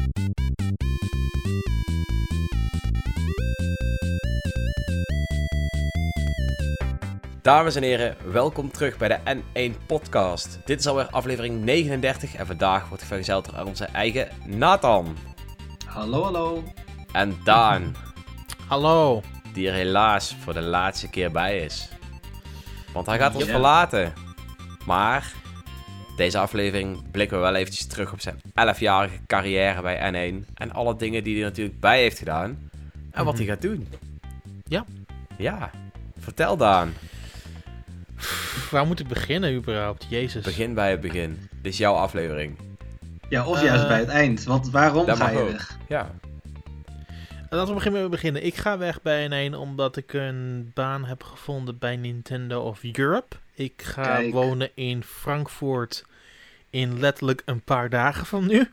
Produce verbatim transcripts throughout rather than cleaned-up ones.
Dames en heren, welkom terug bij de N één podcast. Dit is alweer aflevering negenendertig en vandaag wordt vergezeld door onze eigen Nathan. Hallo, hallo. En Daan. Hallo. Die er helaas voor de laatste keer bij is. Want hij gaat ons Ja. verlaten. Maar deze aflevering blikken we wel eventjes terug op zijn elfjarige carrière bij N één. En alle dingen die hij natuurlijk bij heeft gedaan. En wat hij gaat doen. Ja. Ja. Vertel Daan. Waar moet ik beginnen überhaupt? Jezus. Begin bij het begin. Dit is jouw aflevering. Ja, of Uh, juist bij het eind. Want waarom Dat ga mag je ook. weg? Ja. Laten we beginnen met beginnen. Ik ga weg bij N één omdat ik een baan heb gevonden bij Nintendo of Europe. Ik ga Kijk. wonen in Frankfurt in letterlijk een paar dagen van nu.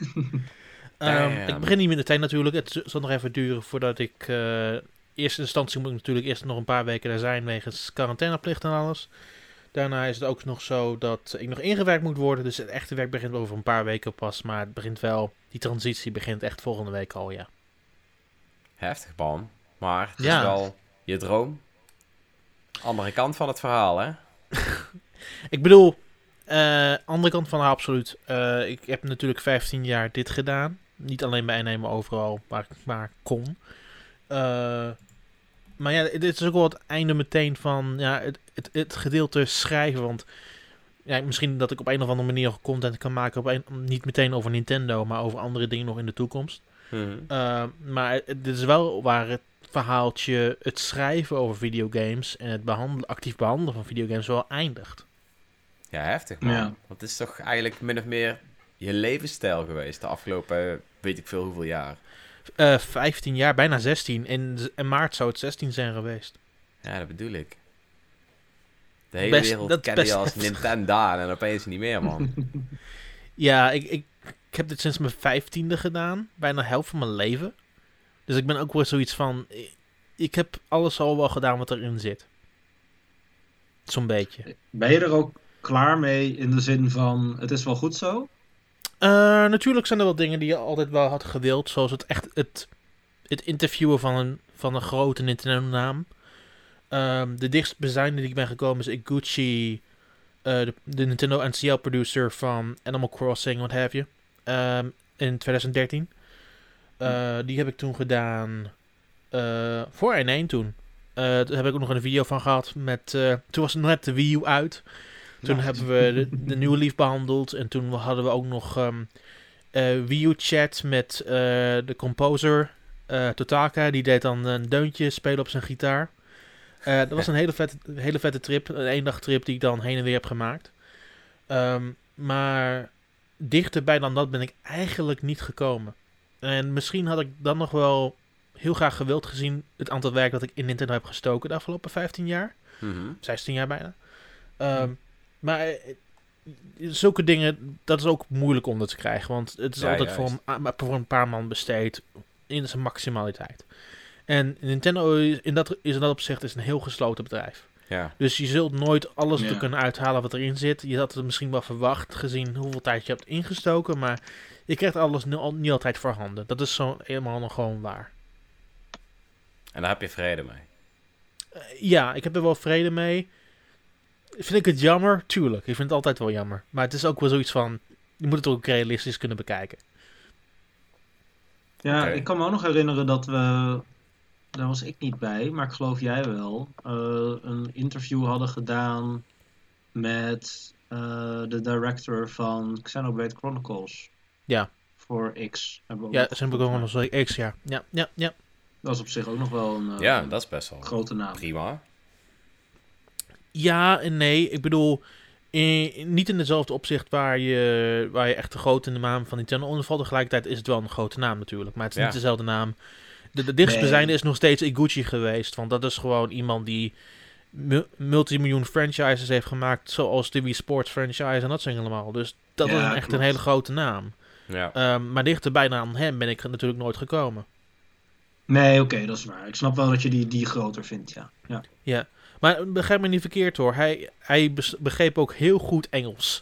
Ehm, ik begin niet met de tijd natuurlijk. Het zal nog even duren voordat ik... Uh, eerste instantie moet ik natuurlijk eerst nog een paar weken daar zijn wegens quarantaineplicht en alles. Daarna is het ook nog zo dat ik nog ingewerkt moet worden. Dus het echte werk begint over een paar weken pas. Maar het begint wel... Die transitie begint echt volgende week al, ja. Heftig, man. Maar het Ja. is wel je droom. Andere kant van het verhaal, hè? Ik bedoel, uh, andere kant van absoluut. Uh, ik heb natuurlijk vijftien jaar dit gedaan. Niet alleen bij N één, maar overal waar ik maar kon. Uh, maar ja, dit is ook wel het einde meteen van ja, het, het, het gedeelte schrijven. Want ja, misschien dat ik op een of andere manier content kan maken. Op een, niet meteen over Nintendo, maar over andere dingen nog in de toekomst. Mm-hmm. Uh, maar dit is wel waar het verhaaltje, het schrijven over videogames en het behandelen, actief behandelen van videogames wel eindigt. Ja, heftig, man. Ja. Want het is toch eigenlijk min of meer je levensstijl geweest de afgelopen, weet ik veel hoeveel jaar. Uh, vijftien jaar, bijna zestien. In, in maart zou het zestien zijn geweest. Ja, dat bedoel ik. De hele Best- wereld dat kende best je als heftig. Nintendo en opeens niet meer, man. Ja, ik, ik, ik heb dit sinds mijn vijftiende gedaan. Bijna de helft van mijn leven. Dus ik ben ook wel zoiets van... Ik, ik heb alles al wel gedaan wat erin zit. Zo'n beetje. Ben je er ook klaar mee in de zin van het is wel goed zo? Uh, natuurlijk zijn er wel dingen die je altijd wel had gewild. Zoals het echt het, het interviewen van een, van een grote Nintendo-naam. Um, de dichtstbijzijnde die ik ben gekomen is Iguchi, uh, de, de Nintendo N C L-producer van Animal Crossing, wat have je, um, in twintig dertien. Uh, die heb ik toen gedaan uh, voor N één toen. Uh, daar heb ik ook nog een video van gehad. Met, uh, toen was net de Wii U uit. Toen Nice. hebben we de, de nieuwe Leaf behandeld. En toen hadden we ook nog um, uh, Wii U chat met uh, de composer uh, Totaka. Die deed dan een deuntje spelen op zijn gitaar. Uh, dat was een hele vette, hele vette trip. Een eendagtrip die ik dan heen en weer heb gemaakt. Um, maar dichterbij dan dat ben ik eigenlijk niet gekomen. En misschien had ik dan nog wel heel graag gewild gezien het aantal werk dat ik in Nintendo heb gestoken de afgelopen vijftien jaar. Mm-hmm. zestien jaar bijna. Um, maar eh, zulke dingen, dat is ook moeilijk om dat te krijgen. Want het is Ja, altijd voor een, a- voor een paar man besteed in zijn maximaliteit. En Nintendo is in dat, is in dat opzicht is een heel gesloten bedrijf. Ja. Dus je zult nooit alles Ja. er kunnen uithalen wat erin zit. Je had het misschien wel verwacht, gezien hoeveel tijd je hebt ingestoken. Maar je krijgt alles niet, al- niet altijd voorhanden. Dat is zo helemaal nog gewoon waar. En daar heb je vrede mee. Uh, ja, ik heb er wel vrede mee. Vind ik het jammer? Tuurlijk. Ik vind het altijd wel jammer. Maar het is ook wel zoiets van... Je moet het ook realistisch kunnen bekijken. Ja, Oké. ik kan me ook nog herinneren dat we, daar was ik niet bij, maar ik geloof jij wel, uh, een interview hadden gedaan met uh, de director van Xenoblade Chronicles. Ja. Voor X. Hebben we Ja, ook zijn we gewoon nog zo X, ja. Ja, ja, ja. Dat is op zich ook nog wel een uh, Ja, dat is best wel grote naam. prima. Ja en nee. Ik bedoel, in, niet in dezelfde opzicht waar je, waar je echt de grote naam van Nintendo onder valt. Tegelijkertijd is het wel een grote naam natuurlijk. Maar het is Ja. niet dezelfde naam. De, de dichtstbijzijnde Nee. is nog steeds Iguchi geweest. Want dat is gewoon iemand die mu- multimiljoen franchises heeft gemaakt. Zoals de Wii Sports franchise en dat zijn allemaal. Dus dat Ja, is een, echt klopt. een hele grote naam. Ja. Um, maar dichterbij aan hem ben ik natuurlijk nooit gekomen. Nee, oké, okay, dat is waar. Ik snap wel dat je die, die groter vindt, ja. ja. Ja, Maar begrijp me niet verkeerd hoor. Hij, hij bes- begreep ook heel goed Engels.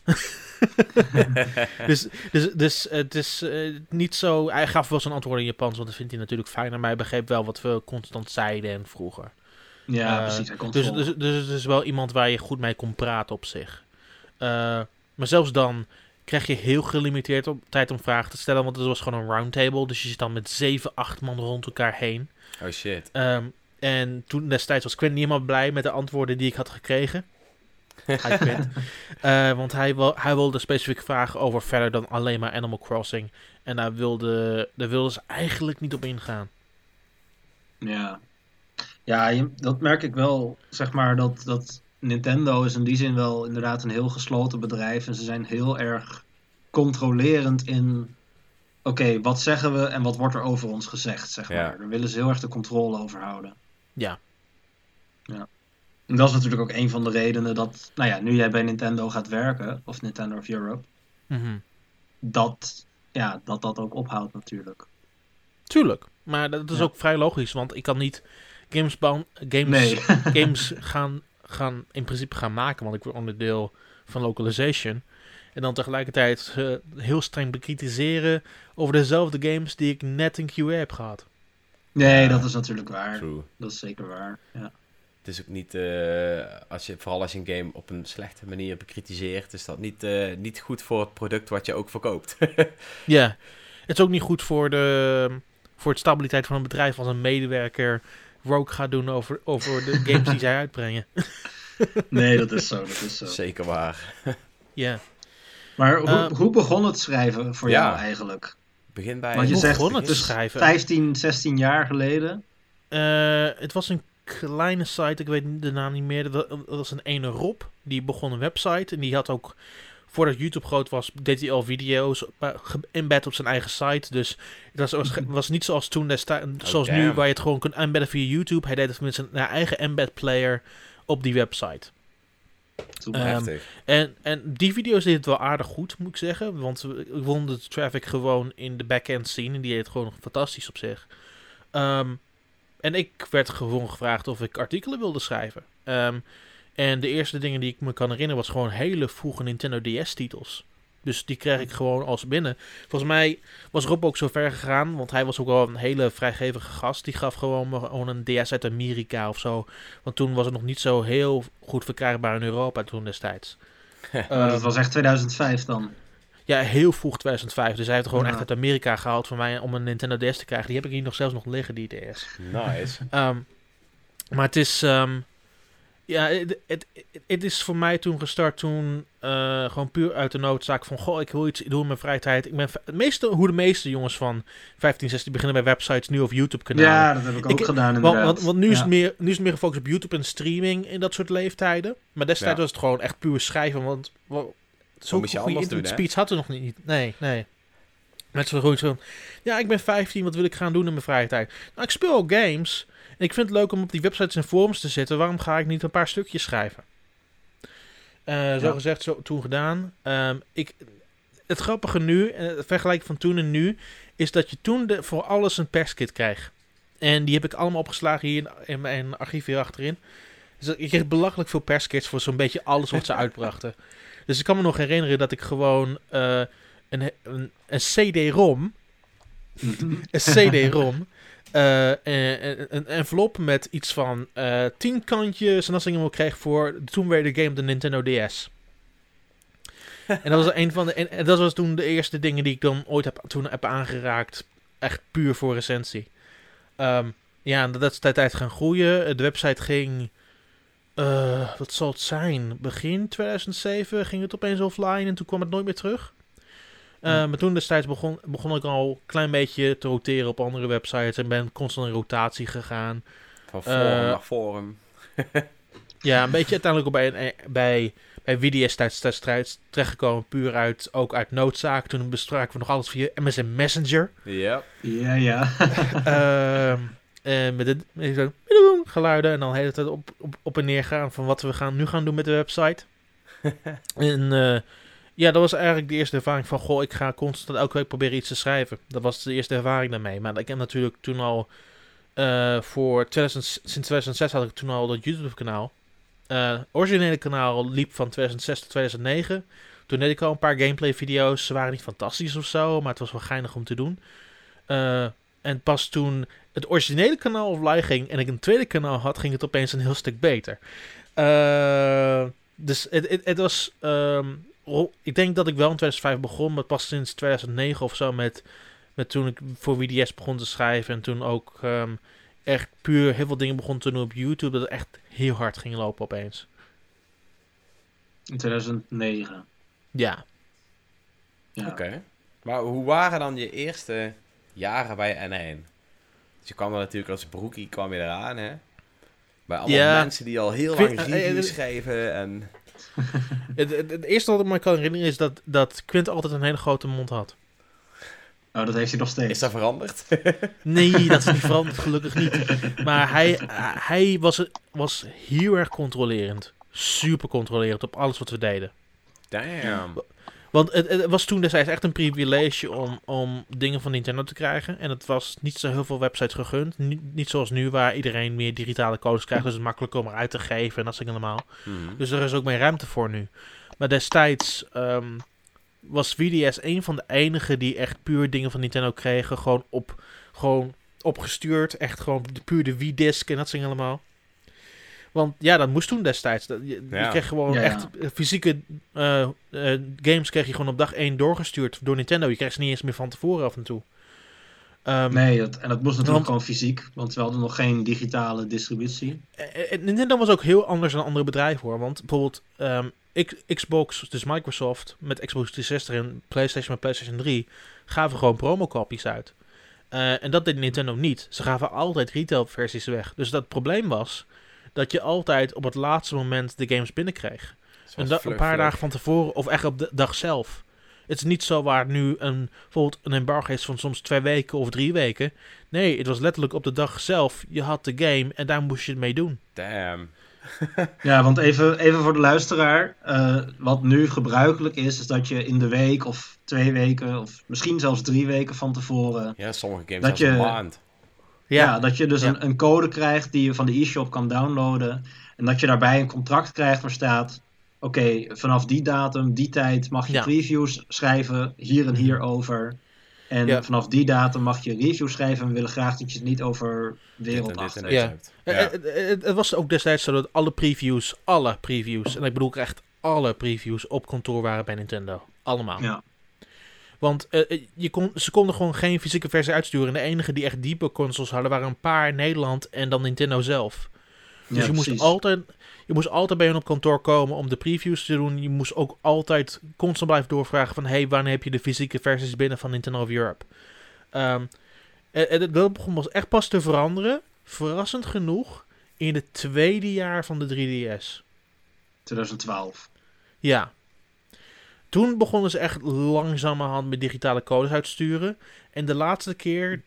dus, dus, dus het is uh, niet zo... Hij gaf wel zijn antwoord in Japans, want dat vindt hij natuurlijk fijner. Maar hij begreep wel wat we constant zeiden en vroegen. Ja, Uh, precies. Hij kon Dus, vol. dus, dus het is wel iemand waar je goed mee kon praten op zich. Uh, maar zelfs dan krijg je heel gelimiteerd op tijd om vragen te stellen. Want het was gewoon een roundtable. Dus je zit dan met zeven, acht man rond elkaar heen. Oh shit. Um, en toen destijds was Quinn niet helemaal blij met de antwoorden die ik had gekregen. Hi Quinn. uh, want hij, wil, hij wilde specifiek vragen over verder dan alleen maar Animal Crossing. En daar wilde, daar wilden ze eigenlijk niet op ingaan. Ja, ja je, dat merk ik wel. Zeg maar dat, dat Nintendo is in die zin wel inderdaad een heel gesloten bedrijf. En ze zijn heel erg controlerend in... Oké, okay, wat zeggen we en wat wordt er over ons gezegd, zeg maar. Ja. Daar willen ze heel erg de controle over houden. Ja. Ja. En dat is natuurlijk ook een van de redenen dat... Nou ja, nu jij bij Nintendo gaat werken, of Nintendo of Europe... Mm-hmm. Dat, ja, dat dat ook ophoudt natuurlijk. Tuurlijk. Maar dat is Ja. ook vrij logisch. Want ik kan niet games, ban- games, Nee. games gaan, gaan in principe gaan maken. Want ik word onderdeel van localization. En dan tegelijkertijd uh, heel streng bekritiseren over dezelfde games die ik net in Q A heb gehad. Nee, Ja. dat is natuurlijk waar. True. Dat is zeker waar, ja. Het is ook niet, uh, als je, vooral als je een game op een slechte manier bekritiseert, is dat niet, uh, niet goed voor het product wat je ook verkoopt. Ja, het is ook niet goed voor de, voor de stabiliteit van een bedrijf als een medewerker rogue gaat doen over, over de games die zij uitbrengen. Nee, dat is zo, dat is zo. Zeker waar. Ja. Maar hoe, Uh, hoe begon het schrijven voor ja. jou eigenlijk? Begin bij... Want je Hoe zegt, begon het het te is schrijven? vijftien, zestien jaar geleden. Uh, het was een kleine site, ik weet de naam niet meer. Dat, dat was een ene Rob, die begon een website. En die had ook, voordat YouTube groot was, deed hij al video's embed op zijn eigen site. Dus het was, was, was niet zoals toen, destijds, zoals Oh, nu, damn. waar je het gewoon kunt embedden via YouTube. Hij deed het met zijn eigen embed player op die website. Super. Um, Heftig. En, en die video's deed het wel aardig goed, moet ik zeggen. Want ik vond de traffic gewoon in de back-end scene. En die deed het gewoon fantastisch op zich. Um, en ik werd gewoon gevraagd of ik artikelen wilde schrijven. Um, en de eerste dingen die ik me kan herinneren was gewoon hele vroege Nintendo D S-titels. Dus die kreeg ik gewoon als binnen. Volgens mij was Rob ook zo ver gegaan, want hij was ook wel een hele vrijgevige gast. Die gaf gewoon, gewoon een D S uit Amerika of zo. Want toen was het nog niet zo heel goed verkrijgbaar in Europa toen destijds. Maar Uh, dat was echt tweeduizend vijf dan. ja, heel vroeg tweeduizend vijf. Dus hij heeft er gewoon Ja. echt uit Amerika gehaald voor mij om een Nintendo D S te krijgen. Die heb ik hier nog zelfs nog liggen, die D S. Nice. Um, maar het is... Um, ja, het, het, het is voor mij toen gestart toen uh, gewoon puur uit de noodzaak van... Goh, ik wil iets doen in mijn vrije tijd. Ik ben v- het meeste, hoe de meeste jongens van vijftien, zestien beginnen bij websites, nu of YouTube-kanalen. Ja, dat heb ik ook Ik- gedaan Want, inderdaad. want, want nu, is Ja. het meer, nu is het meer gefocust op YouTube en streaming in dat soort leeftijden. Maar destijds Ja. was het gewoon echt puur schrijven. Want wa- zo moest je goede anders doen, internet hè? speeds hadden we nog niet. Nee, nee. Mensen waren gewoon zo... Ja, ik ben vijftien, wat wil ik gaan doen in mijn vrije tijd? Nou, ik speel ook games. En ik vind het leuk om op die websites en forums te zitten. Waarom ga ik niet een paar stukjes schrijven? Uh, zo Ja. gezegd, zo toen gedaan. Um, ik, het grappige nu, en het vergelijking van toen en nu, is dat je toen de, voor alles een perskit kreeg. En die heb ik allemaal opgeslagen hier in, in mijn archief hier achterin. Dus ik kreeg belachelijk veel perskits voor zo'n beetje alles wat ze uitbrachten. Dus ik kan me nog herinneren dat ik gewoon uh, een, een, een C D-ROM, een C D-ROM, uh, een, een envelop met iets van uh, tien kantjes en dat soort dingen kreeg voor de toen weer de game op de Nintendo D S. En dat was een van de, en, en dat was toen de eerste dingen die ik dan ooit heb, toen heb aangeraakt, echt puur voor recensie. Um, ja, dat is de tijd gaan groeien. De website ging, uh, wat zal het zijn? Begin tweeduizend zeven ging het opeens offline en toen kwam het nooit meer terug. Uh, Ja. Maar toen destijds begon, begon ik al een klein beetje te roteren op andere websites en ben constant in rotatie gegaan. Van forum Uh, naar forum. Ja, een beetje uiteindelijk ook bij, bij, bij V D S-strijd terechtgekomen, puur uit, ook uit noodzaak. Toen bestraken we nog alles via M S N Messenger. Ja. Ja, ja. uh, uh, met het met zo geluiden en dan de hele tijd op, op, op en neer gaan van wat we gaan, nu gaan doen met de website. En uh, ja, dat was eigenlijk de eerste ervaring van, goh, ik ga constant elke week proberen iets te schrijven. Dat was de eerste ervaring daarmee. Maar ik heb natuurlijk toen al, uh, voor tweeduizend, sinds tweeduizend zes had ik toen al dat YouTube-kanaal. uh, originele kanaal liep van tweeduizend zes tot tweeduizend negen. Toen deed ik al een paar gameplay video's. Ze waren niet fantastisch of zo, maar het was wel geinig om te doen. Uh, en pas toen het originele kanaal offline ging en ik een tweede kanaal had, ging het opeens een heel stuk beter. Uh, dus het, het, het was... Um, ik denk dat ik wel in tweeduizend vijf begon, maar pas sinds tweeduizend negen of zo met, met toen ik voor W D S begon te schrijven en toen ook um, echt puur heel veel dingen begon te doen op YouTube, dat het echt heel hard ging lopen opeens. In tweeduizend negen. Ja. Ja. Oké. Okay. Maar hoe waren dan je eerste jaren bij N één? Dus je kwam er natuurlijk als broekie, kwam je eraan, hè? Bij allemaal ja. mensen die al heel lang reviews schrijven en... het, het, het eerste wat ik me kan herinneren is dat, dat Quint altijd een hele grote mond had. Oh, dat heeft hij nog steeds. Is dat veranderd? Nee, dat is niet veranderd, gelukkig niet. Maar hij, hij was, was heel erg controlerend. Super controlerend op alles wat we deden. Damn. Want het, het was toen destijds echt een privilege om, om dingen van Nintendo te krijgen. En het was niet zo heel veel websites gegund. Niet, niet zoals nu, waar iedereen meer digitale codes krijgt. Dus het is makkelijker om eruit te geven en dat soort dingen allemaal. Hmm. Dus er is ook meer ruimte voor nu. Maar destijds um, was W D S een van de enigen die echt puur dingen van Nintendo kregen. Gewoon, op, gewoon opgestuurd. Echt gewoon de, puur de Wii-disc en dat soort dingen allemaal. Want ja, dat moest toen destijds. Je, je ja. kreeg gewoon ja, echt ja. fysieke uh, uh, games kreeg je gewoon op dag één doorgestuurd door Nintendo. Je kreeg ze niet eens meer van tevoren af en toe. Um, nee, dat, en dat moest natuurlijk want, gewoon fysiek. Want we hadden nog geen digitale distributie. Uh, uh, Nintendo was ook heel anders dan andere bedrijven hoor. Want bijvoorbeeld um, X- Xbox, dus Microsoft met Xbox driehonderdzestig en PlayStation met PlayStation drie gaven gewoon promocopies uit. Uh, en dat deed Nintendo niet. Ze gaven altijd retailversies weg. Dus dat probleem was dat je altijd op het laatste moment de games binnenkreeg. Een, da- een paar vlug. dagen van tevoren of echt op de dag zelf. Het is niet zo waar nu een, bijvoorbeeld een embargo is van soms twee weken of drie weken. Nee, het was letterlijk op de dag zelf. Je had de game en daar moest je het mee doen. Damn. Ja, want even, even voor de luisteraar. Uh, wat nu gebruikelijk is, is dat je in de week of twee weken of misschien zelfs drie weken van tevoren... Ja, sommige games dat zelfs je, een maand. Ja, ja, dat je dus ja. een, een code krijgt die je van de e-shop kan downloaden. En dat je daarbij een contract krijgt waar staat... Oké, okay, vanaf die datum, die tijd mag je ja. previews schrijven, hier en hier over. En ja. vanaf die datum mag je reviews schrijven en we willen graag dat je het niet over wereldachter ja. hebt. Ja. Ja. Het, het, het was ook destijds zo dat alle previews, alle previews, en ik bedoel echt alle previews op kantoor waren bij Nintendo. Allemaal. Ja. Want uh, je kon, ze konden gewoon geen fysieke versie uitsturen. En de enige die echt diepe consoles hadden waren een paar in Nederland en dan Nintendo zelf. Dus ja, je, moest altijd, je moest altijd bij hen op kantoor komen om de previews te doen. Je moest ook altijd constant blijven doorvragen van... hey, wanneer heb je de fysieke versies binnen van Nintendo of Europe? Um, en, en dat begon echt pas te veranderen. Verrassend genoeg in het tweede jaar van de drie D S. twintig twaalf. Ja. Toen begonnen ze echt langzamerhand met digitale codes uit te sturen. En de laatste keer...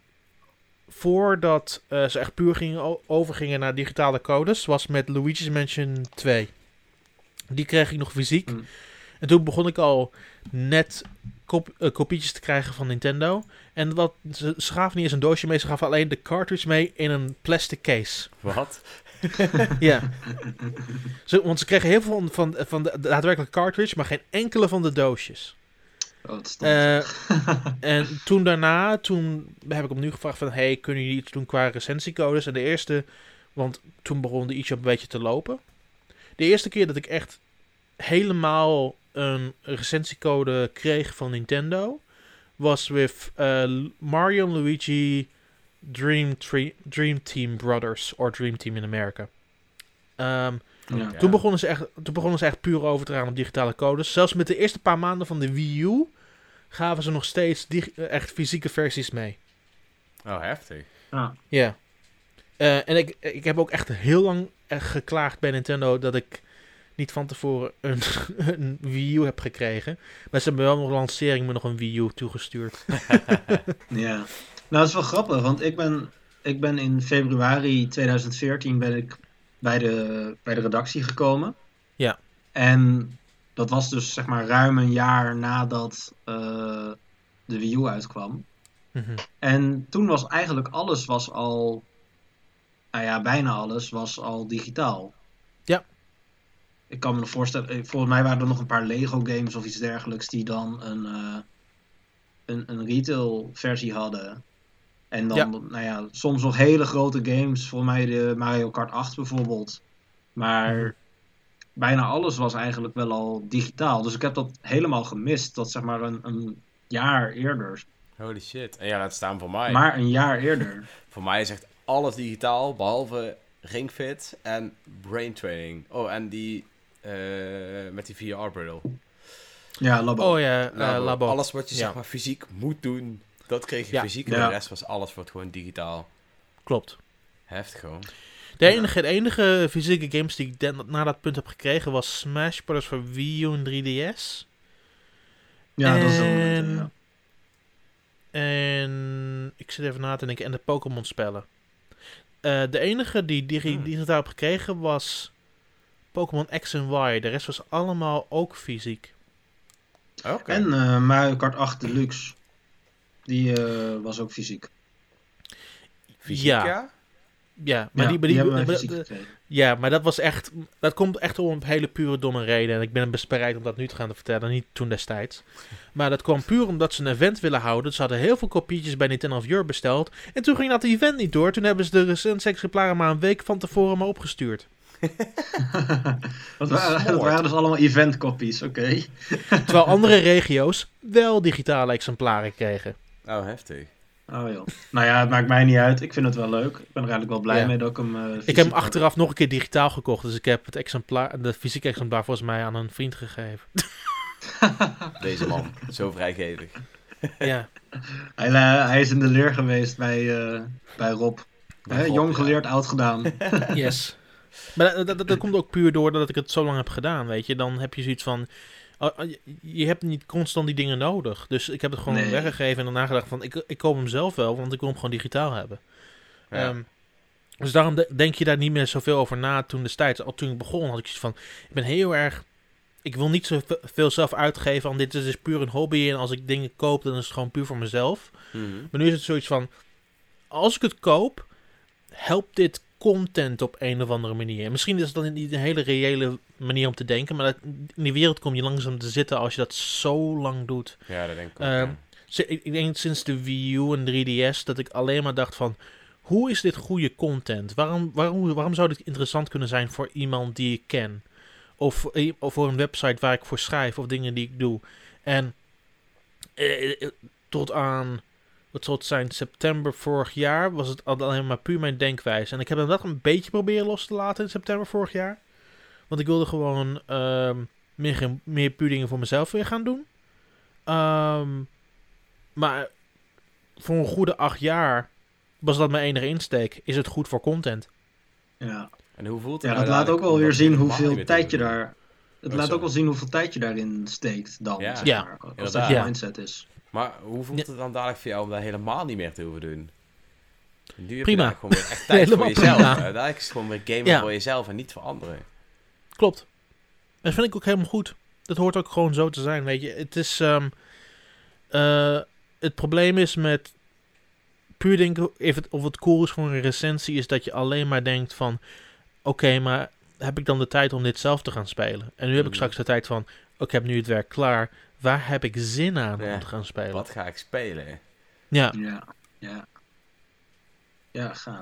voordat uh, ze echt puur gingen, overgingen naar digitale codes, was met Luigi's Mansion twee. Die kreeg ik nog fysiek. Mm. En toen begon ik al net kop, uh, kopietjes te krijgen van Nintendo. En wat, ze, ze gaven niet eens een doosje mee, ze gaven alleen de cartridge mee in een plastic case. Wat? Ja. Ze, want ze kregen heel veel van, van, van de daadwerkelijke cartridge, maar geen enkele van de doosjes. Oh, uh, en toen daarna, toen heb ik opnieuw gevraagd van... hey, kunnen jullie iets doen qua recensiecodes? En de eerste, want toen begon de e-shop een beetje te lopen. De eerste keer dat ik echt helemaal een recensiecode kreeg van Nintendo... was with uh, Mario en Luigi Dream, Tre- Dream Team Brothers, or Dream Team in America. Um, Ja. Toen, begonnen ze echt, toen begonnen ze echt puur over te gaan op digitale codes. Zelfs met de eerste paar maanden van de Wii U gaven ze nog steeds dig- echt fysieke versies mee. Oh, heftig. Ah. Ja. Uh, en ik, ik heb ook echt heel lang geklaagd bij Nintendo dat ik niet van tevoren een, een Wii U heb gekregen. Maar ze hebben wel nog lancering me nog een Wii U toegestuurd. Ja. Nou, dat is wel grappig, want ik ben, ik ben in februari twintig veertien ben ik bij de, bij de redactie gekomen. Ja. En dat was dus zeg maar ruim een jaar nadat uh, de Wii U uitkwam. Mm-hmm. En toen was eigenlijk alles was al, nou ja, bijna alles was al digitaal. Ja. ik kan me nog voorstellen, eh, volgens mij waren er nog een paar Lego games of iets dergelijks die dan een, uh, een, een retail versie hadden. En dan, Ja. nou ja, soms nog hele grote games, volgens mij de Mario Kart acht bijvoorbeeld. Maar Mhm. bijna alles was eigenlijk wel al digitaal. Dus ik heb dat helemaal gemist, dat zeg maar een, een jaar eerder. Holy shit. En ja, laat staan voor mij. Maar een jaar eerder. Voor mij is echt alles digitaal, behalve Ring Fit en Brain Training. Oh, en die uh, met die V R-bril. Ja, Labo. Oh ja, uh, Labo. Labo. Alles wat je Ja. zeg maar fysiek moet doen, dat kreeg je Ja. fysiek. En Ja. de rest was alles wordt gewoon digitaal. Klopt. Heftig gewoon. De enige, de enige fysieke games die ik de- na dat punt heb gekregen was Smash Bros. Voor Wii U en drie D S. Ja, dat is wel En- een, ja. En ik zit even na te denken. En de Pokémon spellen. Eh, de enige die digi- Hmm. digitaal heb gekregen was Pokémon X en Y. De rest was allemaal ook fysiek. Oké. En uh, Mario Kart acht Deluxe. Die uh, was ook fysiek. Fysiek, ja. ja? Ja, maar Ja, die, maar die die, hebben wij maar- fysiek de- gekregen. ja, maar dat was echt. Dat komt echt om een hele pure domme reden. En ik ben best bereid om dat nu te gaan vertellen. Niet toen destijds. Maar dat kwam puur omdat ze een event willen houden. Ze hadden heel veel kopietjes bij Nintendo of Europe besteld. En toen ging dat event niet door. Toen hebben ze de recente exemplaren maar een week van tevoren maar opgestuurd. dat, waren, dat Smoord. waren dus allemaal event copies, oké. Okay. Terwijl andere regio's wel digitale exemplaren kregen. Oh, heftig. Oh joh. Nou ja, het maakt mij niet uit. Ik vind het wel leuk. Ik ben er eigenlijk wel blij Ja. mee dat ik hem uh, Ik heb hem achteraf nog een keer digitaal gekocht. Dus ik heb het exemplaar, de fysieke exemplaar volgens mij aan een vriend gegeven. Deze man. Zo vrijgevig. Ja, hij, uh, hij is in de leer geweest bij, uh, bij Rob. Bij Hè, Rob, jong ja. geleerd, oud gedaan. yes. Maar dat, dat, dat komt ook puur door dat ik het zo lang heb gedaan, weet je. Dan heb je zoiets van... oh, je- je hebt niet constant die dingen nodig. Dus ik heb het gewoon Nee. weggegeven en daarna gedacht van... Ik, ik koop hem zelf wel, want ik wil hem gewoon digitaal hebben. Ja. Ehm, dus daarom de- denk je daar niet meer zoveel over na toen destijds. Al toen ik begon had ik zoiets van... Ik ben heel erg... Ik wil niet zoveel zelf uitgeven aan dit is dus puur een hobby. En als ik dingen koop, dan is het gewoon puur voor mezelf. Mhm. Maar nu is het zoiets van... Als ik het koop, helpt dit content op een of andere manier. En misschien is het dan niet een hele reële manier om te denken. Maar dat, in die wereld kom je langzaam te zitten als je dat zo lang doet. Ja, dat denk ik ook. Ehm, ja. Z- Ik ik denk sinds de Wii U en drie D S dat ik alleen maar dacht van... Hoe is dit goede content? Waarom, waarom, waarom zou dit interessant kunnen zijn voor iemand die ik ken? Of, eh, of voor een website waar ik voor schrijf of dingen die ik doe. En eh, eh, tot aan, wat zal het zijn, september vorig jaar was het alleen maar puur mijn denkwijze. En ik heb dat een beetje proberen los te laten in september vorig jaar. Want ik wilde gewoon ehm, meer, meer puur dingen voor mezelf weer gaan doen. Ehm, maar voor een goede acht jaar was dat mijn enige insteek. Is het goed voor content? Ja, En hoe voelt het ja nou dat laat ook dadelijk wel om weer dat zien helemaal niet hoeveel meer te tijd je hoeven doen? daar... Het Oh, laat sorry. ook wel zien hoeveel tijd je daarin steekt dan, Ja. zeg Ja, maar. Als inderdaad. dat je Ja. mindset is. Maar hoe voelt het dan dadelijk voor jou om dat helemaal niet meer te hoeven doen? Nu heb Prima. je daar gewoon weer echt tijd voor Helemaal jezelf. prima. hè? Dadelijk is het gewoon weer gamen Ja. voor jezelf en niet voor anderen. Klopt. Dat vind ik ook helemaal goed. Dat hoort ook gewoon zo te zijn, weet je. Het is... ehm, eh, het probleem is met... Puur denken of het, of het cool is voor een recensie... is dat je alleen maar denkt van... Oké, maar heb ik dan de tijd om dit zelf te gaan spelen? En nu heb ik Mhm. straks de tijd van... Oké, ik heb nu het werk klaar. Waar heb ik zin aan Ja. om te gaan spelen? Wat ga ik spelen? Ja, Ja, ja. Ja, gaaf.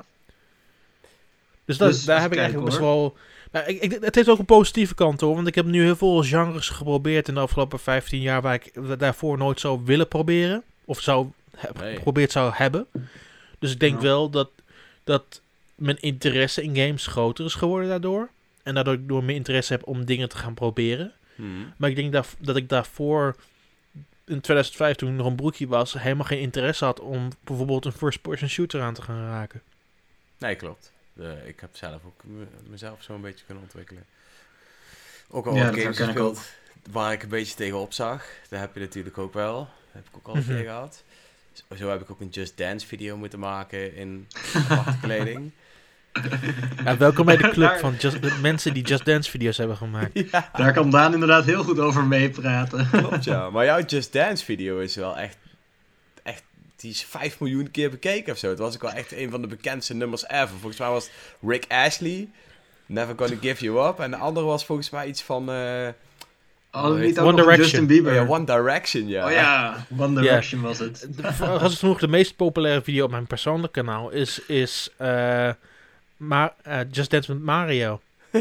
dus, dat, Dus daar even heb ik eigenlijk best kijken, wel... Maar ik, ik, het heeft ook een positieve kant hoor. Want ik heb nu heel veel genres geprobeerd in de afgelopen vijftien jaar... waar ik daarvoor nooit zou willen proberen. Of zou heb, Nee. geprobeerd zou hebben. Dus ik denk Ja. wel dat, dat mijn interesse in games groter is geworden daardoor. En daardoor ik door meer interesse heb om dingen te gaan proberen. Mhm. Maar ik denk dat, dat ik daarvoor... in tweeduizend vijf, toen ik nog een broekje was... helemaal geen interesse had om bijvoorbeeld een first-person shooter aan te gaan raken. Nee, klopt. De, ik heb zelf ook me- mezelf zo een beetje kunnen ontwikkelen. Ook al Ja, wat dat games herken ik gespeeld waar ik een beetje tegenop zag. Daar heb je natuurlijk ook wel. Dat heb ik ook al een Mhm. keer gehad. Zo, zo heb ik ook een Just Dance video moeten maken in aparte kleding. Ja, welkom bij de club Daar- van just, de mensen die Just Dance video's hebben gemaakt. Ja, Daar kan Daan inderdaad heel goed over meepraten. klopt ja. Maar jouw Just Dance video is wel echt... echt die is vijf miljoen keer bekeken of zo. Het was ook wel echt een van de bekendste nummers ever. Volgens mij was het Rick Astley. Never Gonna Give You Up. En de andere was volgens mij iets van... Uh, oh, niet One ook nog Direction. Justin Bieber. Oh ja, One Direction, ja. Oh ja, One Direction was het. Als het vroeger de meest populaire video op mijn persoonlijk kanaal is... is uh, Ma- uh, Just Dance met Mario.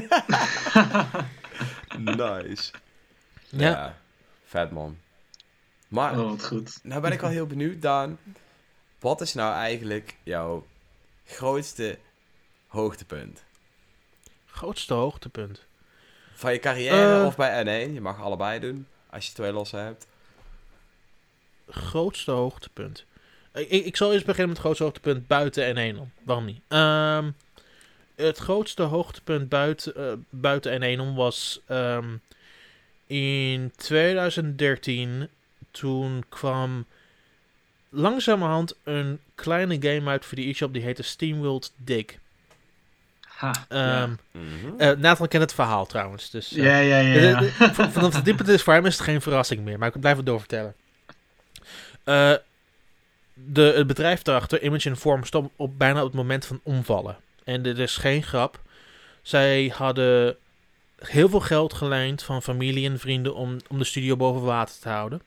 Nice. Ja. Ja, vet man. Maar, Oh, wat goed. nou ben ik wel heel benieuwd, Daan. Wat is nou eigenlijk jouw grootste hoogtepunt? Grootste hoogtepunt. Van je carrière Uh, of bij N één? Je mag allebei doen, als je twee losse hebt. Grootste hoogtepunt. Ik, ik zal eerst beginnen met het grootste hoogtepunt buiten N één om. Waarom niet? Um, het grootste hoogtepunt buiten, uh, buiten N één om was um, in twintig dertien. Toen kwam langzamerhand een kleine game uit voor de eShop die heette SteamWorld Dig. Ha. Um, Ja. Mm-hmm. uh, Nathan kent het verhaal trouwens. Dus, uh, Ja, ja, ja. ja. de- de- van- Vanaf dit punt is voor hem is het geen verrassing meer, maar ik blijf het doorvertellen. Uh, de, het bedrijf daarachter, Image Inform, stond op bijna op het moment van omvallen. En dit is geen grap. Zij hadden heel veel geld geleend van familie en vrienden om, om de studio boven water te houden.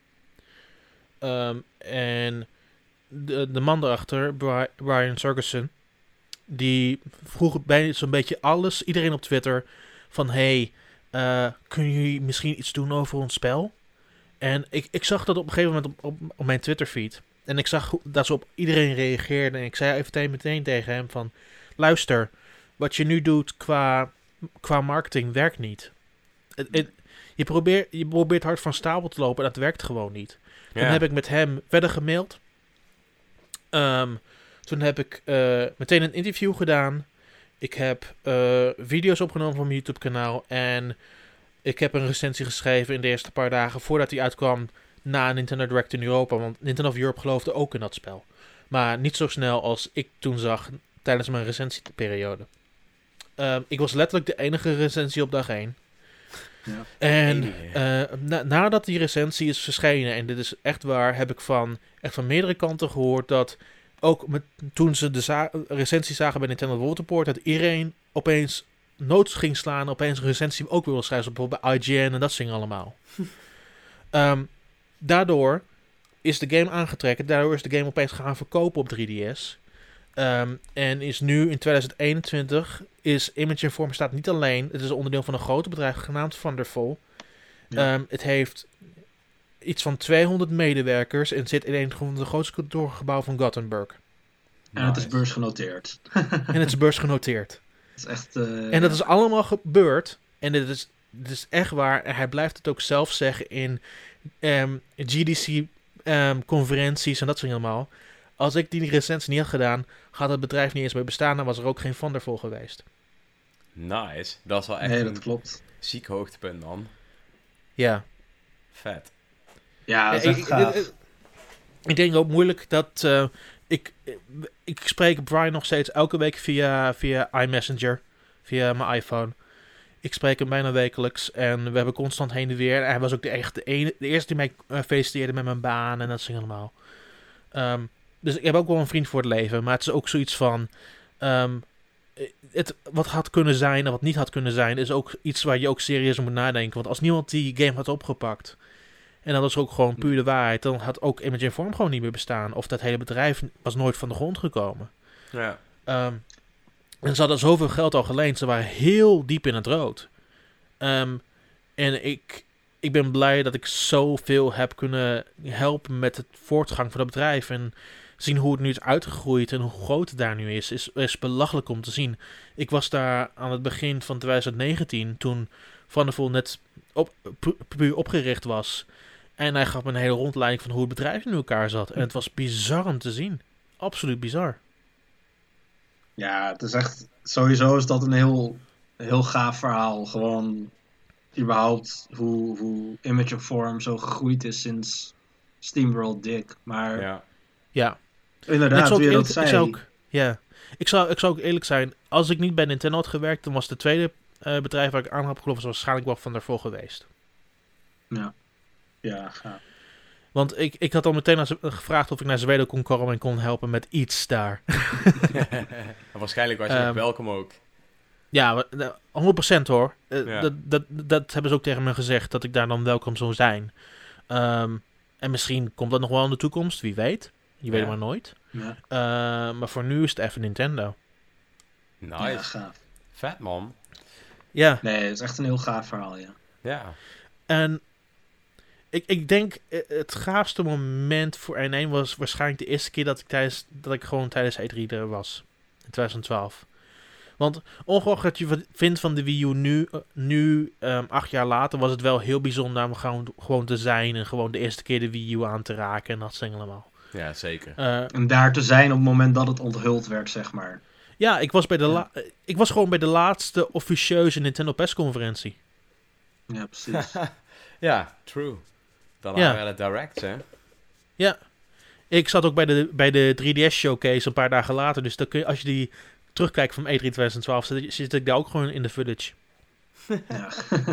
Um, en de, de man daarachter, Bri- Brian Sorgerson, die vroeg bijna zo'n beetje alles, iedereen op Twitter, van hey, uh, kunnen jullie misschien iets doen over ons spel? En ik, ik zag dat op een gegeven moment op, op, op mijn Twitterfeed. En ik zag hoe- dat ze op iedereen reageerden. En ik zei even meteen tegen hem van, luister, wat je nu doet qua, qua marketing werkt niet. Het, het, je, probeert, je probeert hard van stapel te lopen en dat werkt gewoon niet. Ja. Toen heb ik met hem verder gemaild. Um, toen heb ik uh, meteen een interview gedaan. Ik heb uh, video's opgenomen van mijn YouTube kanaal. En ik heb een recensie geschreven in de eerste paar dagen voordat hij uitkwam na Nintendo Direct in Europa. Want Nintendo of Europe geloofde ook in dat spel. Maar niet zo snel als ik toen zag tijdens mijn recensieperiode. Um, ik was letterlijk de enige recensie op dag één. Ja. En Enige. uh, na, nadat die recensie is verschenen, en dit is echt waar, heb ik van, echt van meerdere kanten gehoord dat ook met, toen ze de za- recensie zagen bij Nintendo World Report, dat iedereen opeens nood ging slaan, opeens een recensie ook weer wil schrijven, bijvoorbeeld bij I G N en dat soort dingen allemaal. um, daardoor is de game aangetrekken, daardoor is de game opeens gaan verkopen op drie D S. Um, en is nu in twintig eenentwintig is Image Inform staat niet alleen. Het is een onderdeel van een groot bedrijf genaamd Thunderful. Ja. Um, het heeft iets van tweehonderd medewerkers en zit in een van de grootste kantoorgebouwen van Gothenburg. En het is Nice. beursgenoteerd. En het is beursgenoteerd. Het is echt... uh, En dat is allemaal gebeurd. En dit is, dit is echt waar. En hij blijft het ook zelf zeggen in um, G D C-conferenties um, en dat soort dingen allemaal. Als ik die recensie niet had gedaan, had het bedrijf niet eens meer bestaan. Dan was er ook geen Thunderful geweest. Nice. Dat is wel echt Nee, een dat klopt. ziek hoogtepunt, man. Ja. Vet. Ja, dat is Ja, echt ik, gaaf. ik, ik denk ook moeilijk dat... Uh, ik, ik spreek Brian nog steeds elke week via, via iMessenger. Via mijn iPhone. Ik spreek hem bijna wekelijks. En we hebben constant heen en weer. En hij was ook de, echt de, ene, de eerste die mij uh, feliciteerde met mijn baan. En dat soort allemaal. Um, dus ik heb ook wel een vriend voor het leven. Maar het is ook zoiets van... Um, het, wat had kunnen zijn en wat niet had kunnen zijn... is ook iets waar je ook serieus moet nadenken. Want als niemand die game had opgepakt... en dat is ook gewoon puur de waarheid... dan had ook Image Inform gewoon niet meer bestaan. Of dat hele bedrijf was nooit van de grond gekomen. Ja. Um, en ze hadden zoveel geld al geleend. Ze waren heel diep in het rood. Um, en ik, ik ben blij dat ik zoveel heb kunnen helpen... met het voortgang van het bedrijf... en zien hoe het nu is uitgegroeid en hoe groot het daar nu is, is, is belachelijk om te zien. Ik was daar aan het begin van twintig negentien, toen Thunderful net op, pu- puur opgericht was. En hij gaf me een hele rondleiding van hoe het bedrijf in elkaar zat. En het was bizar om te zien. Absoluut bizar. Ja, het is echt... Sowieso is dat een heel, heel gaaf verhaal. Gewoon überhaupt hoe, hoe Image Inform zo gegroeid is sinds SteamWorld Dig. Maar Ja. Ja. inderdaad, ik zou wie ook je eerlijk, dat ik zei... zou ook, ja. ik, zou, ik zou ook eerlijk zijn, als ik niet bij Nintendo had gewerkt, dan was de tweede uh, bedrijf waar ik aan heb geloofd, waarschijnlijk wel van daarvoor geweest. Ja, ja, gaaf. Want ik, ik had al meteen naar, Zwe- gevraagd of ik naar Zweden kon komen en kon helpen met iets daar. Waarschijnlijk was je Um, ook welkom ook. Ja, we- nou, honderd procent hoor. Eh, Ja. dat, dat, dat hebben ze ook tegen me gezegd, dat ik daar dan welkom zou zijn. Ehm, en misschien komt dat nog wel in de toekomst, wie weet. Je weet Ja. het maar nooit. Ja, Eh, maar voor nu is het even Nintendo. Nice. ja, gaaf. Vet, man. Ja, Nee, het is echt een heel gaaf verhaal, ja. Ja. en ik, ik denk eh, het gaafste moment voor N één was waarschijnlijk de eerste keer dat ik, tijdens, dat ik gewoon tijdens E drie er was. In twintig twaalf. Want ongeacht wat je v- vindt van de Wii U nu, eh, nu ehm, acht jaar later, was het wel heel bijzonder om gewoon, gewoon te zijn en gewoon de eerste keer de Wii U aan te raken en dat soort dingen allemaal. Ja, zeker. Eh, En daar te zijn op het moment dat het onthuld werd, zeg maar. ja, ik was, bij de Ja. la- eh, ik was gewoon bij de laatste officieuze Nintendo persconferentie. Ja, precies. Ja, true. Dan Ja. waren de directs, hè? Ik zat ook bij de, bij de drie D S showcase een paar dagen later, dus dan kun je, als je die terugkijkt van E drie twintig twaalf, zit, zit ik daar ook gewoon in de footage. Ja.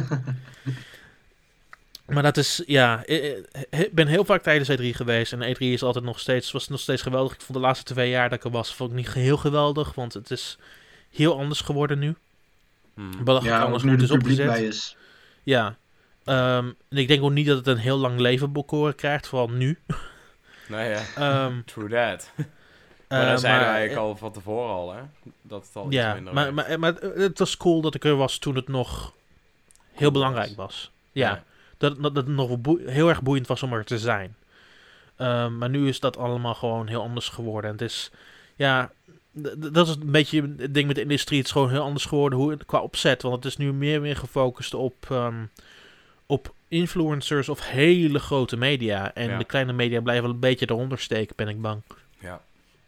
Maar dat is, ja, ik ik ben heel vaak tijdens E drie geweest en E drie is altijd nog steeds, was nog steeds geweldig. Ik vond de laatste twee jaar dat ik er was, vond ik niet heel geweldig, want het is heel anders geworden nu. Hmm. Belachelijk Ja, anders ook nu hoe er het is publiek opgezet. bij is. Ja, Ehm, en ik denk ook niet dat het een heel lang leven bekoren krijgt, vooral nu. Nee, ja. Ehm, True that. eh, maar dat zeiden we maar- eigenlijk al van tevoren al, hè? Dat het al iets Ja, minder maar, werd. maar, maar het was cool dat ik er was toen het nog heel belangrijk was. Ja, Ja. dat, dat, dat het nog boe- heel erg boeiend was om er te zijn. Ehm, maar nu is dat allemaal gewoon heel anders geworden. En het is, ja, d- d- dat is een beetje het ding met de industrie. Het is gewoon heel anders geworden hoe, qua opzet. Want het is nu meer meer gefocust op, ehm, op influencers of hele grote media. En Ja. de kleine media blijven wel een beetje eronder steken, ben ik bang. Ja.